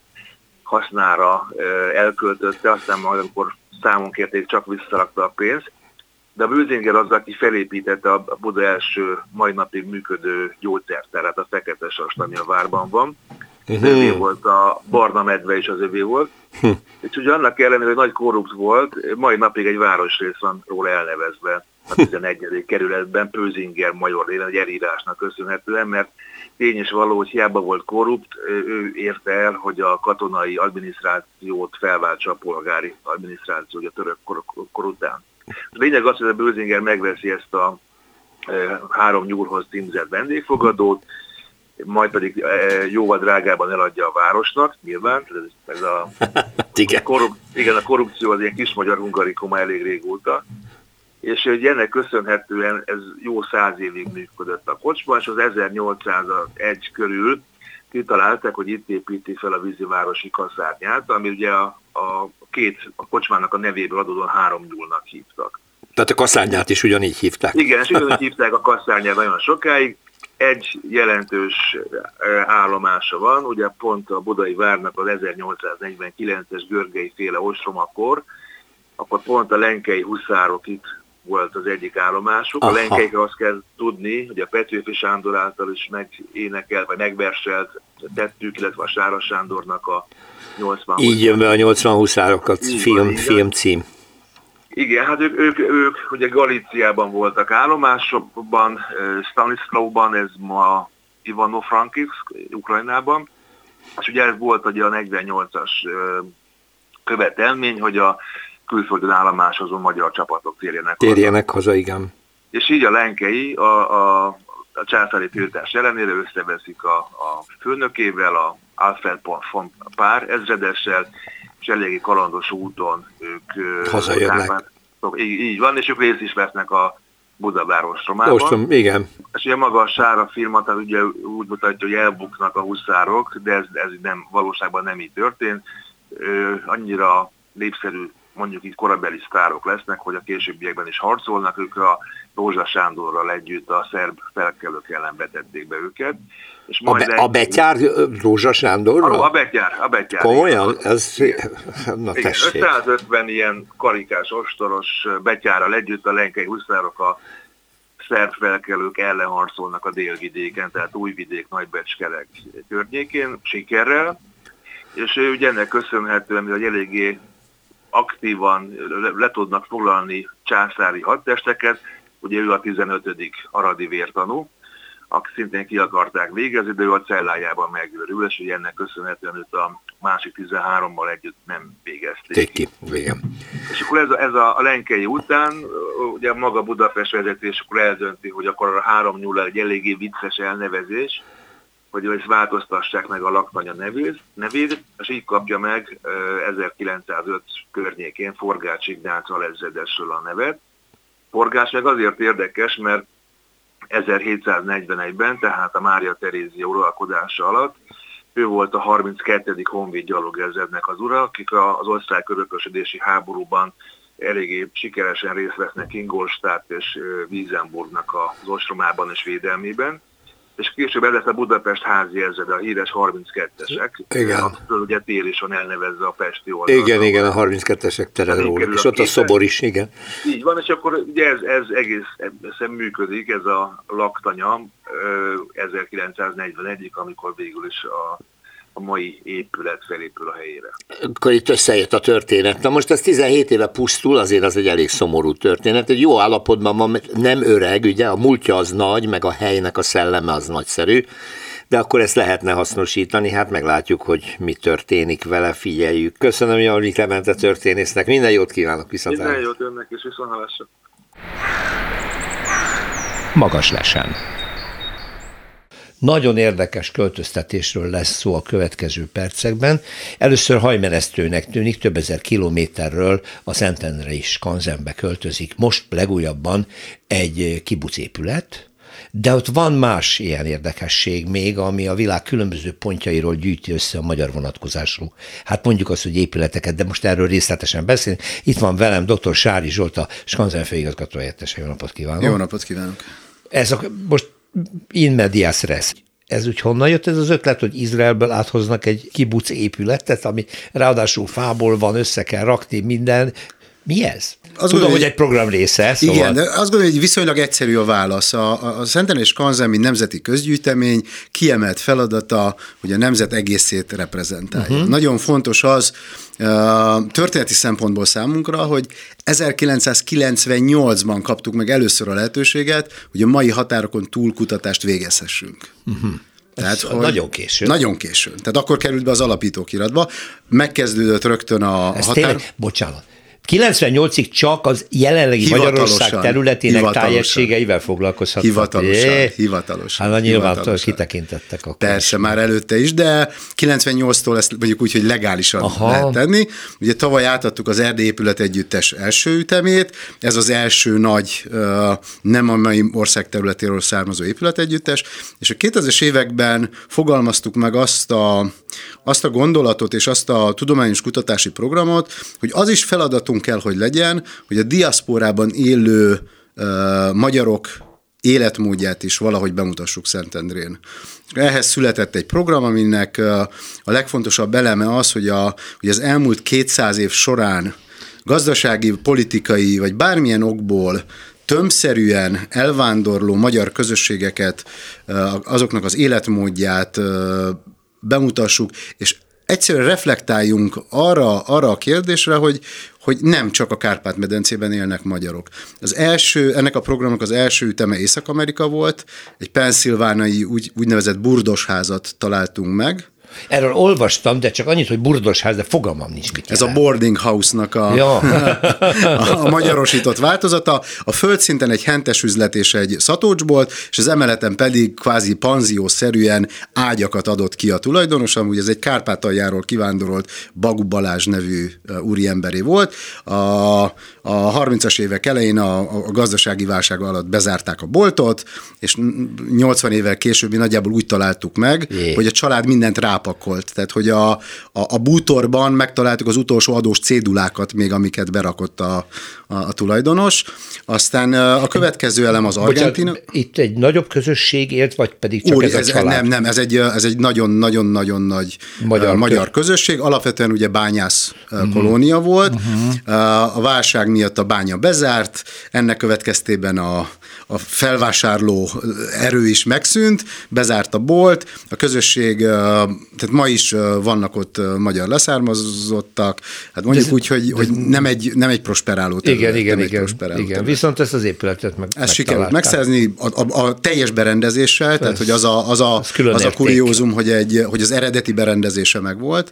hasznára elköltötte, aztán majd, amikor számon kérték, csak visszarakta a pénzt. De a Bőzinger az, aki felépítette a Buda első mai napig működő gyógyszertárát, a Fekete Sast, ami a várban van. Az övé volt, a Barna medve is az övé volt. És ugye annak ellenére, hogy nagy korrupt volt, mai napig egy városrész van róla elnevezve a tizenegyedik kerületben, Bőzinger major néven, egy elírásnak köszönhetően, mert tény és való, hogy hiába volt korrupt, ő érte el, hogy a katonai adminisztrációt felváltsa a polgári adminisztráció, a török kor, kor után. A lényeg az, hogy a Bőzinger megveszi ezt a e, három nyúlhoz címzett vendégfogadót, majd pedig e, jóval drágában eladja a városnak, nyilván. Ez a, igen. A, korrup, igen, a korrupció az ilyen kis magyar hungarikum elég régóta. És hogy ennek köszönhetően ez jó száz évig működött a kocsma, és az ezernyolcszázegy körül kitalálták, hogy itt építi fel a vízivárosi kaszárnyát, ami ugye a, a két a kocsmának a nevéből adódóan három nyúlnak hívtak. Tehát a kaszárnyát is ugyanígy hívták. Igen, és ugyanígy hívták a kaszárnyát nagyon sokáig. Egy jelentős állomása van, ugye pont a budai várnak az ezernyolcszáznegyvenkilences Görgei féle ostromakor, akkor pont a lenkei huszárok itt volt az egyik állomásuk. Aha. A lenkeikre azt kell tudni, hogy a Petőfi Sándor által is megénekelt, vagy megverselt tettük, illetve a Sára Sándornak a nyolcvan Így jön be a nyolcvan huszárokat film, van, filmcím. Igen, hát ők, ők, ők ugye Galíciában voltak állomásokban, Stanislawban, ez ma Ivano-Frankivsk, Ukrajnában, és ugye ez volt ugye a negyvennyolcas követelmény, hogy a külföldön állomásozó magyar csapatok térjenek, térjenek haza. haza, igen. És így a lenkei a, a a császári tiltás ellenére összeveszik a, a főnökével, a Alfred von Pár ezredessel, és eléggé kalandos úton ők hazajönnek. Így, így van, és ők részt is vesznek a Budavári ostromában. Ostrom, igen. És ugye maga a Sára filmat az ugye úgy mutatja, hogy elbuknak a huszárok, de ez, ez nem, valóságban nem így történt. Ö, annyira népszerű, mondjuk így korabeli sztárok lesznek, hogy a későbbiekben is harcolnak, ők a Rózsa Sándorral együtt a szerb felkelők ellen vetették be őket. És majd a, be, egy... a Betyár Rózsa Sándorral? A, a Betyár, a Betyár. Komolyan? Ez... Na tessék. százötven ilyen karikás, ostoros Betyárral együtt a lenkei huszárok a szerb felkelők ellen harcolnak a délvidéken, tehát Újvidék, Nagybecskerek környékén, sikerrel, és ő ugye ennek köszönhetően, hogy eléggé aktívan le, le tudnak foglalni császári hadtesteket, ugye ő a tizenötödik aradi vértanú, akik szintén ki akarták végezni, de ő a cellájában megőrül, és ugye ennek köszönhetően őt a másik tizenhárommal együtt nem végezték ki. Igen. És akkor ez a, ez a, a lenkei után, ugye maga Budapest vezetés akkor eldönti, hogy akkor a három nulla egy eléggé vicces elnevezés, hogy ezt változtassák meg a laktanya nevét, nevét, és így kapja meg ezerkilencszázöt környékén Forgács Ignác alezredesről a nevet. Forgács meg azért érdekes, mert ezerhétszáznegyvenegyben, tehát a Mária Terézia uralkodása alatt ő volt a harminckettedik honvéd gyalogezrednek az ura, akik az osztrák örökösödési háborúban eléggé sikeresen részt vesznek Ingolstadt és Wiesenburgnak az ostromában és védelmében. És később ez lesz a Budapest házi ezrede, a híres harminckettesek. Igen. Akkor ugye tér is van elnevezve a pesti oldalra. Igen, igen, a harminckettesek tere róla. És ott a szobor is, igen. Így van, és akkor ugye ez, ez egészen működik, ez a laktanya ezerkilencszáznegyvenegyig, amikor végül is a a mai épület felépül a helyére. Akkor itt összejött a történet. Na most ez tizenhét éve pusztul, azért az egy elég szomorú történet. Egy jó állapotban van, nem öreg, ugye, a múltja az nagy, meg a helynek a szelleme az nagyszerű, de akkor ezt lehetne hasznosítani, hát meglátjuk, hogy mi történik vele, figyeljük. Köszönöm Jarvi Clemente történésznek, minden jót kívánok, viszontlátásra. Minden jót önnek, és viszonthallásra. Magas lesen. Nagyon érdekes költöztetésről lesz szó a következő percekben. Először hajmeresztőnek tűnik, több ezer kilométerről a Szentendrei skanzenbe költözik most legújabban egy kibucépület, de ott van más ilyen érdekesség még, ami a világ különböző pontjairól gyűjti össze a magyar vonatkozású. Hát mondjuk azt, hogy épületeket, de most erről részletesen beszélünk. Itt van velem dr. Sári Zsolt, a skanzen főigazgató helyettese. Jó napot kívánok! Jó napot kívánok! Ez a, most in medias res. Ez úgy honnan jött ez az ötlet, hogy Izraelből áthoznak egy kibuc épületet, ami ráadásul fából van, össze kell rakni minden. Mi ez? Azt Tudom, gondolom, hogy egy program része. Szóval... Igen, de azt gondolom, hogy viszonylag egyszerű a válasz. A, a Szentendrei skanzen, mint nemzeti közgyűjtemény, kiemelt feladata, hogy a nemzet egészét reprezentálja. Uh-huh. Nagyon fontos az történeti szempontból számunkra, hogy ezerkilencszázkilencvennyolcban kaptuk meg először a lehetőséget, hogy a mai határokon túl kutatást végezhessünk. Uh-huh. Tehát, hogy nagyon későn. Nagyon későn. Tehát akkor került be az alapítókiratba, megkezdődött rögtön a Ez határ... Tényleg, bocsánat. kilencvennyolcig csak az jelenlegi Magyarország területének tájegységeivel foglalkozhatnak. Hivatalosan, é, hivatalosan. Hát nyilván kitekintettek akkor. Persze, is. Már előtte is, de kilencvennyolctól ezt mondjuk úgy, hogy legálisan Aha. lehet tenni. Ugye tavaly átadtuk az Erdély épület együttes első ütemét, ez az első nagy, nem a mai ország területéről származó épület együttes, és a kétezres években fogalmaztuk meg azt a, azt a gondolatot és azt a tudományos kutatási programot, hogy az is feladatunk kell, hogy legyen, hogy a diaszporában élő uh, magyarok életmódját is valahogy bemutassuk Szentendrén. Ehhez született egy program, aminek uh, a legfontosabb eleme az, hogy, a, hogy az elmúlt kétszáz év során gazdasági, politikai vagy bármilyen okból tömbszerűen elvándorló magyar közösségeket, uh, azoknak az életmódját uh, bemutassuk, és egyszerűen reflektáljunk arra, arra a kérdésre, hogy, hogy nem csak a Kárpát-medencében élnek magyarok. Az első, ennek a programnak az első üteme Észak-Amerika volt, egy pennsylvánai úgy, úgynevezett burdosházat találtunk meg, Erről olvastam, de csak annyit, hogy burdosház, de fogalmam nincs mit Ez jelent. A boarding house-nak a, ja. a, a magyarosított változata. A földszinten egy hentes üzlet és egy szatócsbolt, és az emeleten pedig kvázi panziószerűen ágyakat adott ki a tulajdonos, amúgy ez egy Kárpátaljáról kivándorolt Bagu Balázs nevű úriemberé volt. A, a harmincas évek elején a, a gazdasági válság alatt bezárták a boltot, és nyolcvan évvel később nagyjából úgy találtuk meg, Jé. hogy a család mindent rápakolt. Tehát, hogy a, a, a bútorban megtaláltuk az utolsó adós cédulákat még, amiket berakott a, a, a tulajdonos. Aztán a következő elem az Argentina. Bocsánat, itt egy nagyobb közösség élt, vagy pedig csak Úr, ez, ez a család? Nem, nem, ez egy, ez egy nagyon-nagyon-nagyon nagy magyar, magyar közösség. Alapvetően ugye bányász uh-huh. kolónia volt. Uh-huh. A válság miatt a bánya bezárt, ennek következtében a a felvásárló erő is megszűnt, bezárt a bolt, a közösség, tehát ma is vannak ott magyar leszármazottak, hát mondjuk úgy, hogy, hogy nem, egy, nem egy prosperáló terület. Igen, igen, igen, prosperáló igen. Terület. Viszont ezt az épületet meg Ezt sikerült megszerzni a, a, a teljes berendezéssel, ez, tehát hogy az a, az a, az a kuriózum, hogy, egy, hogy az eredeti berendezése megvolt,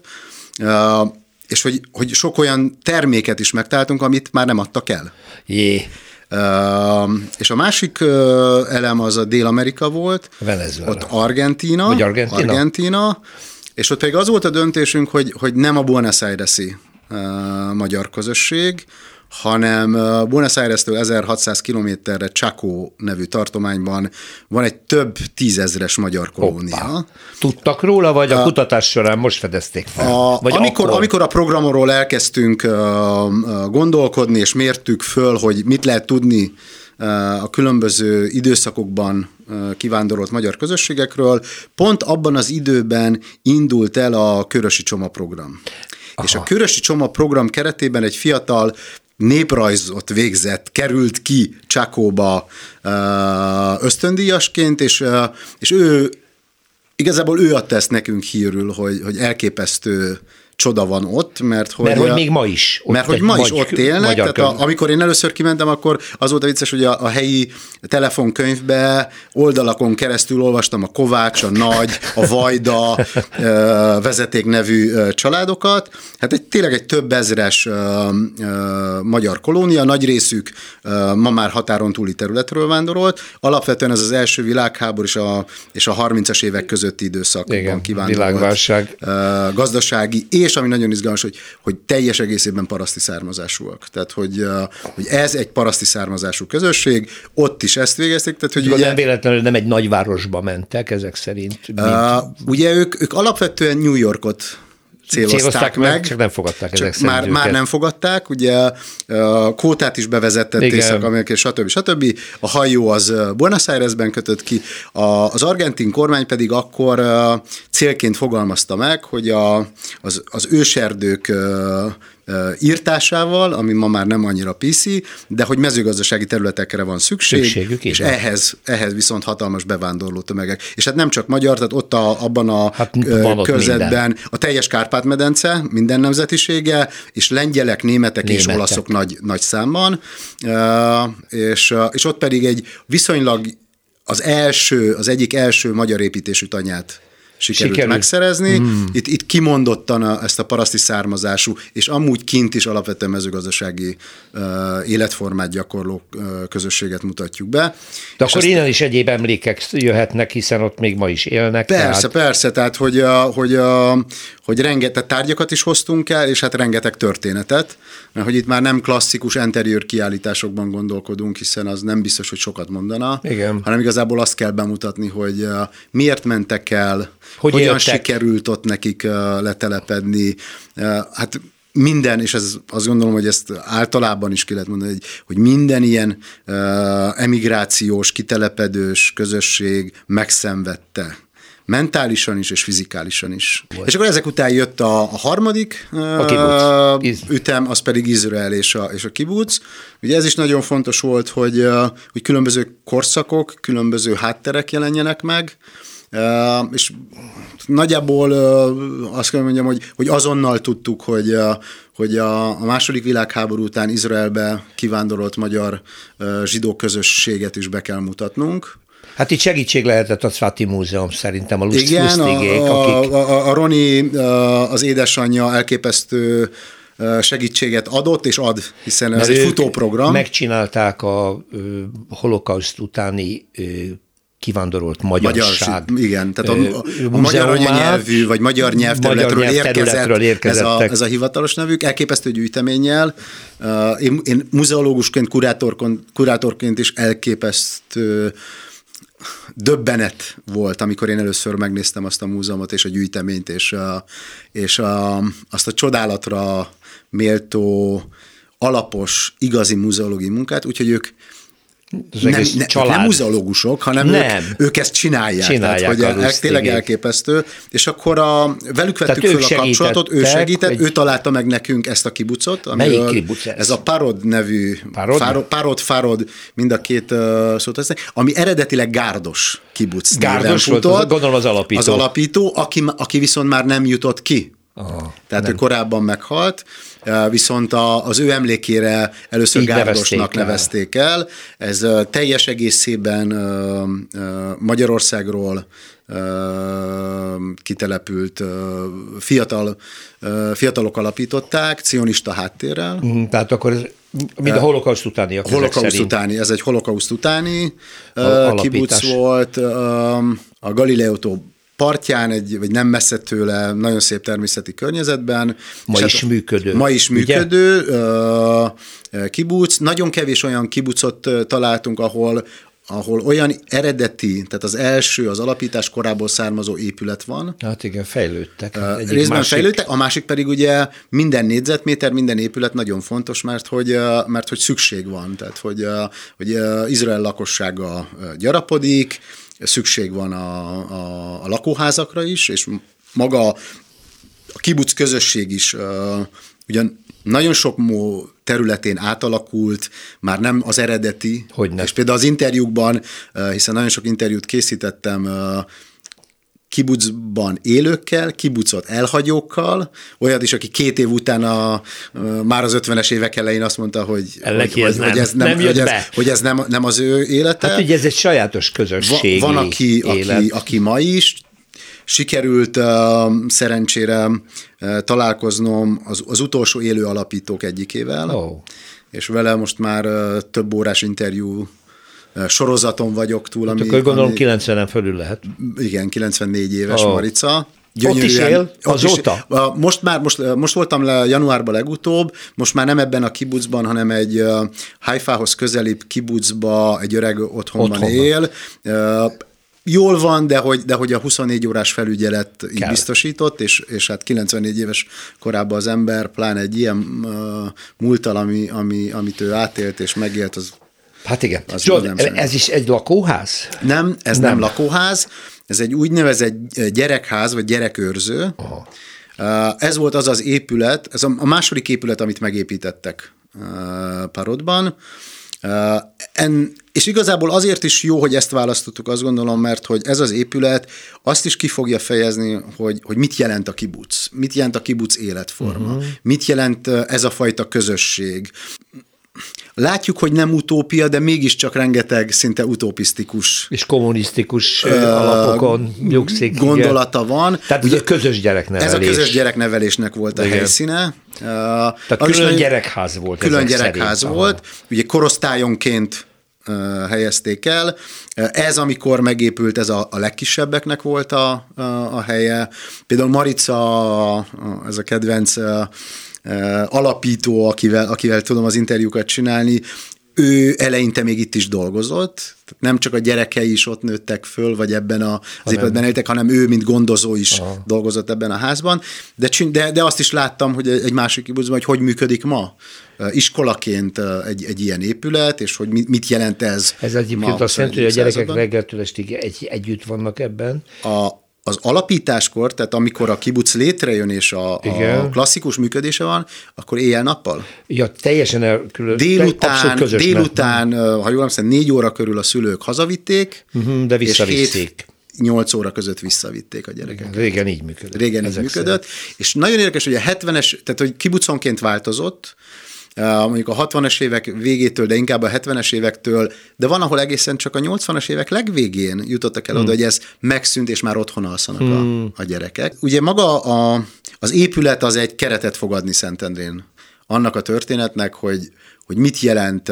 és hogy, hogy sok olyan terméket is megtaláltunk, amit már nem adtak el. Jé. Uh, és a másik uh, elem az a Dél-Amerika volt, Venezuela. Ott Argentína, Vagy Argentina? Argentína, és ott pedig az volt a döntésünk, hogy, hogy nem a Buenos Aires-i uh, magyar közösség, hanem uh, Buenos Aires-től ezerhatszáz kilométerre Chaco nevű tartományban van egy több tízezres magyar kolónia. Hoppá. Tudtak róla, vagy a, a kutatás során most fedezték fel? A, vagy amikor, amikor a programról elkezdtünk uh, uh, gondolkodni, és mértük föl, hogy mit lehet tudni uh, a különböző időszakokban uh, kivándorolt magyar közösségekről, pont abban az időben indult el a Körösi Csoma program. Aha. És a Körösi Csoma program keretében egy fiatal néprajzot végzett, került ki Chacóba ösztöndíjasként, és, és ő, igazából ő adta ezt nekünk hírül, hogy, hogy elképesztő csoda van ott, mert hogy... Mert hogy még ma is ott Mert hogy ma is ott élnek, tehát a, amikor én először kimentem, akkor az volt a vicces, hogy a, a helyi telefonkönyvbe oldalakon keresztül olvastam a Kovács, a Nagy, a Vajda vezeték nevű családokat. Hát egy, tényleg egy több ezres magyar kolónia, nagy részük ma már határon túli területről vándorolt. Alapvetően ez az első világháború és a, és a harmincas évek közötti időszakban Igen, kivándorolt. Világválság. Gazdasági és ami nagyon izgalmas, hogy, hogy teljes egészében paraszti származásúak. Tehát, hogy, hogy ez egy paraszti származású közösség, ott is ezt végezték. Tehát, hogy ugye, nem véletlenül nem egy nagyvárosba mentek ezek szerint. Uh, ugye ők, ők alapvetően New Yorkot célozták, célozták meg, meg, csak nem fogadták ezek szerint már, már nem fogadták, ugye a kvótát is bevezetett Észak-Amerika, stb. stb. A hajó az Buenos Airesben kötött ki, a, az argentin kormány pedig akkor célként fogalmazta meg, hogy a, az, az őserdők írtásával, ami ma már nem annyira pé cé, de hogy mezőgazdasági területekre van szükség, Szükségük, és ehhez, ehhez viszont hatalmas bevándorló tömegek. És hát nem csak magyar, tehát ott a, abban a hát körzetben a teljes Kárpát-medence, minden nemzetisége, és lengyelek, németek, németek. és olaszok nagy, nagy számban, és, és ott pedig egy viszonylag az első, az egyik első magyar építésű tanyát sikerült, sikerült. megszerezni. Mm. Itt, itt kimondottan a, ezt a paraszti származású, és amúgy kint is alapvetően mezőgazdasági uh, életformát gyakorló uh, közösséget mutatjuk be. De akkor innen is egyéb emlékek jöhetnek, hiszen ott még ma is élnek. Persze, tehát... persze, tehát hogy, uh, hogy, uh, hogy rengeteg tárgyakat is hoztunk el, és hát rengeteg történetet, mert hogy itt már nem klasszikus interiőr kiállításokban gondolkodunk, hiszen az nem biztos, hogy sokat mondana, Igen. hanem igazából azt kell bemutatni, hogy uh, miért mentek el, hogy hogyan éltek? sikerült ott nekik uh, letelepedni. Uh, hát minden, és ez, azt gondolom, hogy ezt általában is ki lehet mondani, hogy, hogy minden ilyen uh, emigrációs, kitelepedős közösség megszenvedte. Mentálisan is, és fizikálisan is. Volt. És akkor ezek után jött a, a harmadik a uh, ütem, az pedig Izrael és a, és a kibuc. Ugye ez is nagyon fontos volt, hogy, uh, hogy különböző korszakok, különböző hátterek jelenjenek meg, Uh, és nagyjából uh, azt kell mondjam, hogy, hogy azonnal tudtuk, hogy, uh, hogy a, a második világháború után Izraelbe kivándorolt magyar uh, zsidó közösséget is be kell mutatnunk. Hát itt segítség lehetett a Cvati Múzeum szerintem, a Lusztigék, a, akik... a, a, a Roni, az édesanyja elképesztő segítséget adott és ad, hiszen ez egy futóprogram. Megcsinálták a holokauszt utáni kivándorolt magyarság. Magyar, igen, tehát a, a, a magyar anyanyelvű, vagy magyar nyelvterületről magyar nyelvterületről érkezett ez a, ez a hivatalos nevük, elképesztő gyűjteménnyel. Én, én muzeológusként, kurátorként, kurátorként is elképesztő döbbenet volt, amikor én először megnéztem azt a múzeumot és a gyűjteményt, és, a, és a, azt a csodálatra méltó, alapos, igazi muzeológiai munkát, úgyhogy ők nem, ne, nem muzeológusok, hanem ők, ők ezt csinálják. csinálják tehát, hogy ez tényleg elképesztő. És akkor a, velük vettük föl a kapcsolatot, ő segített, egy... ő találta meg nekünk ezt a kibucot. Melyik kibuc ez? Ez a Parod nevű, Parod, Parod, Parod, Farod, mind a két uh, szót használják, ami eredetileg Gárdos kibuc. Gárdos volt, futott, gondolom az alapító. Az alapító, aki, aki viszont már nem jutott ki. Aha, tehát nem. Ő korábban meghalt, viszont a, az ő emlékére először így Gárdosnak nevezték el. nevezték el. Ez teljes egészében Magyarországról kitelepült fiatal, fiatalok alapították, cionista háttérrel. Mm, tehát akkor ez mind a holokauszt utáni. A holokauszt utáni, ez egy holokauszt utáni kibuc volt. A Galileótól partján, egy, vagy nem messze tőle, nagyon szép természeti környezetben. Ma is hát, működő. Ma is működő uh, kibuc. Nagyon kevés olyan kibucot találtunk, ahol, ahol olyan eredeti, tehát az első, az alapítás korából származó épület van. Hát igen, fejlődtek. Uh, részben másik... fejlődtek, a másik pedig ugye minden négyzetméter, minden épület nagyon fontos, mert hogy, uh, mert hogy szükség van, tehát hogy, uh, hogy uh, Izrael lakossága uh, gyarapodik, szükség van a, a, a lakóházakra is, és maga a kibuc közösség is uh, ugyan nagyon sok területén átalakult, már nem az eredeti. Hogyne. És például az interjúkban, uh, hiszen nagyon sok interjút készítettem uh, kibucban élőkkel, kibucot elhagyókkal, olyat is, aki két év után a, már az ötvenes évek elején azt mondta, hogy, hogy, hogy, nem, hogy ez, nem, nem, hogy ez, hogy ez nem, nem az ő élete. Hát ugye ez egy sajátos közösségi Van, van aki, aki, aki ma is, sikerült uh, szerencsére uh, találkoznom az, az utolsó élő alapítók egyikével, oh. és vele most már uh, több órás interjú sorozaton vagyok túl. Hát ami, akkor gondolom ami, kilencvenen fölül lehet. Igen, kilencvennégy éves oh. Marica. Gyönyörűen, ott is él azóta? Is, most már, most, most voltam le januárban legutóbb, most már nem ebben a kibucban, hanem egy uh, Haifához közelibb kibucba, egy öreg otthonban, otthonban. él. Uh, Jól van, de hogy, de hogy a huszonnégy órás felügyelet így biztosított, és, és hát kilencvennégy éves korában az ember, pláne egy ilyen uh, múlttal, ami, ami, amit ő átélt és megélt, az Hát igen. Zsolt, ez is egy lakóház? Nem, ez nem, nem lakóház, ez egy úgynevezett gyerekház, vagy gyerekőrző. Aha. Ez volt az az épület, ez a második épület, amit megépítettek Parodban. En, és igazából azért is jó, hogy ezt választottuk, azt gondolom, mert hogy ez az épület azt is ki fogja fejezni, hogy, hogy mit jelent a kibuc, mit jelent a kibuc életforma, uh-huh. mit jelent ez a fajta közösség. Látjuk, hogy nem utópia, de mégiscsak rengeteg szinte utopisztikus és kommunisztikus uh, alapokon nyugszik. Gondolata igen. van. Tehát ugye közös gyereknevelés. Ez a közös gyereknevelésnek volt a igen. helyszíne. Uh, Tehát külön nagyon, gyerekház volt. Külön gyerekház szerint. volt. Aha. Ugye korosztályonként uh, helyezték el. Uh, ez, amikor megépült, ez a, a legkisebbeknek volt a, a, a helye. Például Marica, a, ez a kedvenc uh, alapító, akivel, akivel tudom az interjúkat csinálni, ő eleinte még itt is dolgozott, nem csak a gyerekei is ott nőttek föl, vagy ebben a, az épületben éltek, hanem ő, mint gondozó is Aha. dolgozott ebben a házban, de, de, de azt is láttam, hogy egy másik kibucban, hogy hogy működik ma iskolaként egy, egy ilyen épület, és hogy mit jelent ez. Ez egyébként azt jelenti, hogy a gyerekek reggeltől estig egy, együtt vannak ebben. A Az alapításkor, tehát amikor a kibuc létrejön és a, a klasszikus működése van, akkor éjjel-nappal? Ja, teljesen elkülön. Délután, délután ha jól emlékszem, négy óra körül a szülők hazavitték, uh-huh, de visszavitték. nyolc óra között visszavitték a gyerekeket. Régen így működött. Régen így működött. És nagyon érdekes, hogy a hetvenes, tehát hogy kibuconként változott, mondjuk a hatvanas évek végétől, de inkább a hetvenes évektől, de van, ahol egészen csak a nyolcvanas évek legvégén jutottak el hmm. oda, hogy ez megszűnt, és már otthon alszanak hmm. a, a gyerekek. Ugye maga a, az épület az egy keretet fog adni Szentendrén annak a történetnek, hogy, hogy mit jelent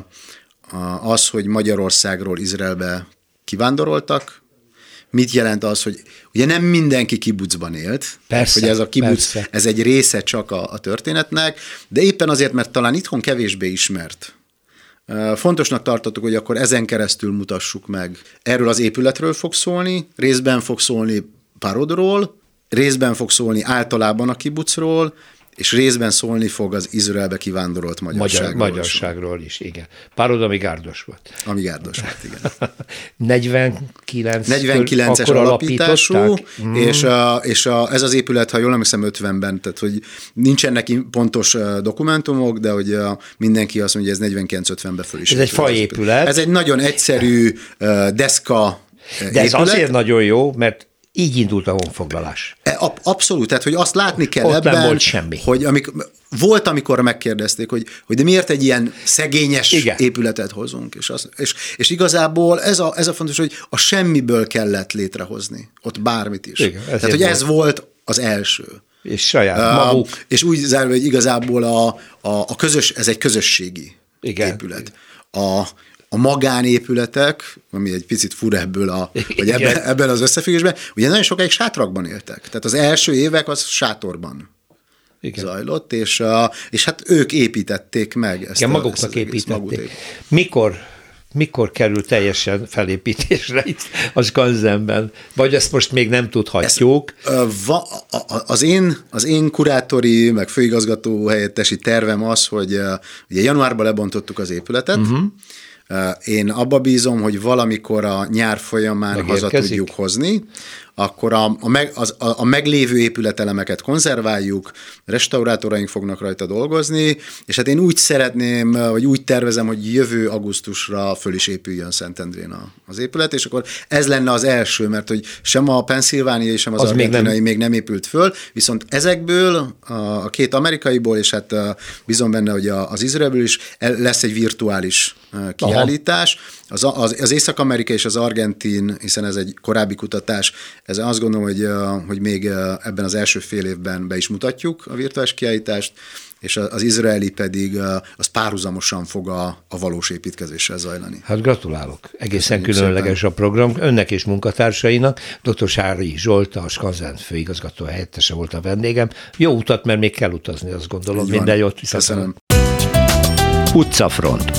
az, hogy Magyarországról Izraelbe kivándoroltak, mit jelent az, hogy ugye nem mindenki kibucban élt, persze, hogy ez a kibuc, persze. ez egy része csak a, a történetnek, de éppen azért, mert talán itthon kevésbé ismert. Fontosnak tartottuk, hogy akkor ezen keresztül mutassuk meg. Erről az épületről fog szólni, részben fog szólni Parodról, részben fog szólni általában a kibucról, és részben szólni fog az Izraelbe kivándorolt magyarságról. Magyar, magyarságról is, igen. Párod, ami gárdos volt. Ami gárdos volt, igen. negyvenkilenc negyvenkilences alapítású, mm. és, a, és a, ez az épület, ha jól emlékszem, ötvenben, tehát hogy nincsen neki pontos dokumentumok, de hogy a, mindenki azt mondja, hogy ez negyvenkilenc ötvenben föl is. Ez egy faépület. Ez egy nagyon egyszerű deszka de épület. Ez azért nagyon jó, mert így indult a honfoglalás. Abszolút, tehát hogy azt látni kell ott ebben, nem volt semmi. Hogy amik, volt, amikor megkérdezték, hogy, hogy de miért egy ilyen szegényes igen. épületet hozunk, és, az, és, és igazából ez a, ez a fontos, hogy a semmiből kellett létrehozni, ott bármit is. Igen, tehát, hogy volt. Ez volt az első. És saját maguk. Uh, és úgy zárva, hogy igazából a, a, a közös, ez egy közösségi igen. épület. A A magánépületek, ami egy picit fura ebből a, vagy ebben, ebben az összefüggésben, ugye nagyon sokáig sátrakban éltek. Tehát az első évek az sátorban igen. zajlott, és, és hát ők építették meg. Ezt igen, a, maguknak ezt építették. Mikor, mikor kerül teljesen felépítésre itt a Skansenben? Vagy ezt most még nem tudhatjuk? Ezt, va, az, én, az én kurátori, meg főigazgató helyettesi tervem az, hogy ugye januárban lebontottuk az épületet, uh-huh. Én abba bízom, hogy valamikor a nyár folyamán megérkezik. Haza tudjuk hozni, akkor a, a, meg, az, a, a meglévő épületelemeket konzerváljuk, restaurátoraink fognak rajta dolgozni, és hát én úgy szeretném, vagy úgy tervezem, hogy jövő augusztusra föl is épüljön Szentendrén az épület, és akkor ez lenne az első, mert hogy sem a pennsylvániai, sem az, az argentinai még nem... még nem épült föl, viszont ezekből, a két amerikaiból, és hát bízom benne, hogy az Izraelből is lesz egy virtuális kiállítás. Az, az, az Észak-Amerika és az argentin, hiszen ez egy korábbi kutatás, ez azt gondolom, hogy, hogy még ebben az első fél évben be is mutatjuk a virtuális kiállítást, és az izraeli pedig az párhuzamosan fog a, a valós építkezéssel zajlani. Hát gratulálok. Egészen Köszönjük különleges szépen. A program. Önnek és munkatársainak. doktor Sári Zsolt, a Skansen főigazgató helyettese volt a vendégem. Jó utat, mert még kell utazni, azt gondolom. Minden jót. Köszönöm. Utcafront.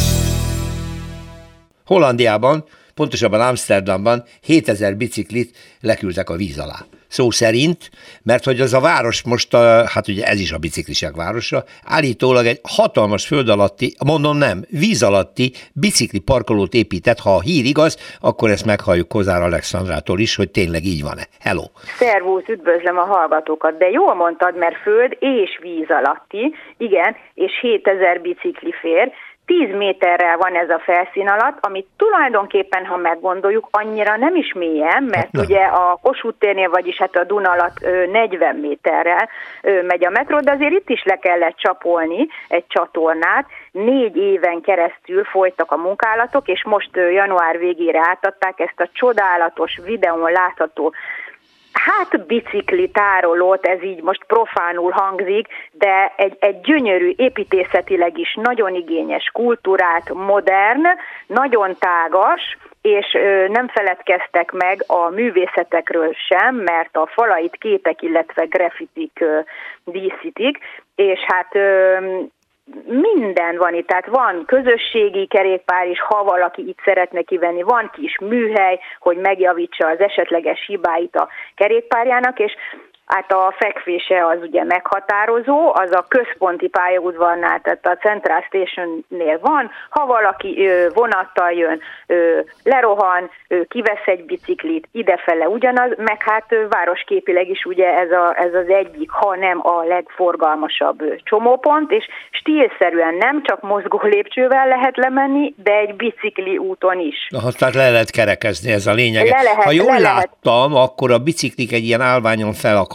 Hollandiában, pontosabban Amsterdamban hétezer biciklit leküldtek a víz alá. Szó szerint, mert hogy az a város most, a, hát ugye ez is a biciklisek városa, állítólag egy hatalmas föld alatti, mondom nem, víz alatti bicikli parkolót épített, ha a hír igaz, akkor ezt meghalljuk Kozár Alexandrától is, hogy tényleg így van-e. Hello! Szervusz, üdvözlöm a hallgatókat, de jól mondtad, mert föld és víz alatti, igen, és hétezer bicikli fér, tíz méterrel van ez a felszín alatt, amit tulajdonképpen, ha meggondoljuk, annyira nem is mélyen, mert hát ugye a Kossuth térnél, vagyis hát a Duna alatt negyven méterrel megy a metró, de azért itt is le kellett csapolni egy csatornát. Négy éven keresztül folytak a munkálatok, és most január végére átadták ezt a csodálatos videón látható hát bicikli tárolót, ez így most profánul hangzik, de egy, egy gyönyörű, építészetileg is nagyon igényes, kultúrát, modern, nagyon tágas, és ö, nem feledkeztek meg a művészetekről sem, mert a falait képek, illetve graffitik ö, díszítik, és hát ö, minden van itt, tehát van közösségi kerékpár is, ha valaki itt szeretne kivenni, van kis műhely, hogy megjavítsa az esetleges hibáit a kerékpárjának, és hát a fekvése az ugye meghatározó, az a központi pályaudvarnál, tehát a Central Stationnél van, ha valaki ö, vonattal jön, ö, lerohan, ö, kivesz egy biciklit, idefele ugyanaz, meg hát ö, városképileg is ugye ez, a, ez az egyik, ha nem a legforgalmasabb ö, csomópont, és stílszerűen nem csak mozgó lépcsővel lehet lemenni, de egy bicikli úton is. Aha, tehát le lehet kerekezni, ez a lényeg. Le lehet, ha jól le láttam, lehet. Akkor a biciklik egy ilyen állványon felakasztják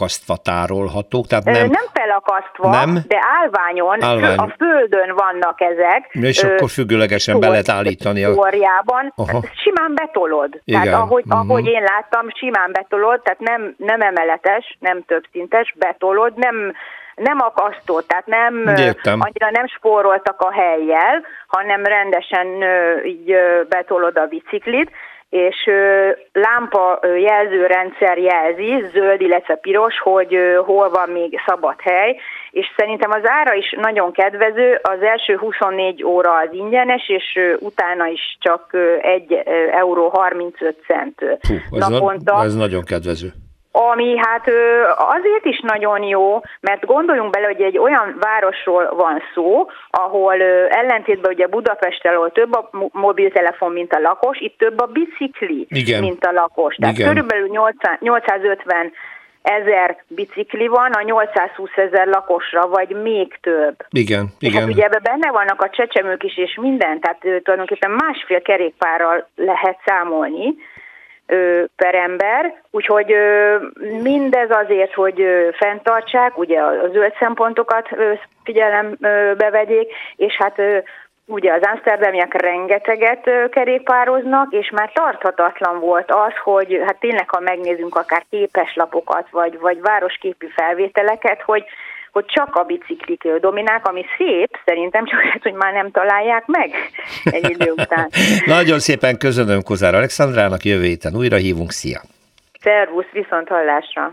felakasztva tárolhatók, tehát nem... Nem felakasztva, nem? De állványon, Állvány. a földön vannak ezek. És ö, akkor függőlegesen szor, be lehet állítani. A... Szorjában, simán betolod. Igen. Tehát ahogy, uh-huh. ahogy én láttam, simán betolod, tehát nem, nem emeletes, nem többszintes, betolod, nem... nem akasztó, tehát nem, annyira nem spóroltak a helyjel, hanem rendesen így betolod a biciklit, és lámpa jelzőrendszer jelzi, zöld, illetve piros, hogy hol van még szabad hely, és szerintem az ára is nagyon kedvező, az első huszonnégy óra az ingyenes, és utána is csak egy euró harmincöt cent Hú, ez naponta. Na, ez nagyon kedvező. Ami hát azért is nagyon jó, mert gondoljunk bele, hogy egy olyan városról van szó, ahol ellentétben ugye Budapesttel, ahol több a mobiltelefon, mint a lakos, itt több a bicikli, Igen. mint a lakos. Tehát Igen. körülbelül nyolcszázötven ezer bicikli van a nyolcszázhúsz ezer lakosra, vagy még több. Igen, igen. Hát ugye ebben benne vannak a csecsemők is, és minden, tehát tulajdonképpen másfél kerékpárral lehet számolni per ember, úgyhogy mindez azért, hogy fenntartsák, ugye a zöld szempontokat figyelembe vegyék, és hát ugye az amszterdamiak rengeteget kerékpároznak, és már tarthatatlan volt az, hogy hát tényleg, ha megnézzünk akár képeslapokat, vagy, vagy városképű felvételeket, hogy hogy csak a biciklik dominálnak, ami szép, szerintem csak lehet, hogy már nem találják meg egy idő után. Nagyon szépen köszönöm Kozár Alexandrának, jövő héten újra hívunk, szia! Szervusz, viszont hallásra!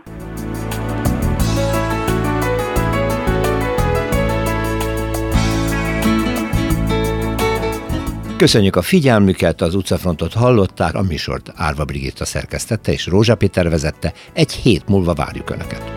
Köszönjük a figyelmüket, az utcafrontot hallották, a műsort Árva Brigitta szerkesztette és Rózsa Péter vezette, egy hét múlva várjuk Önöket.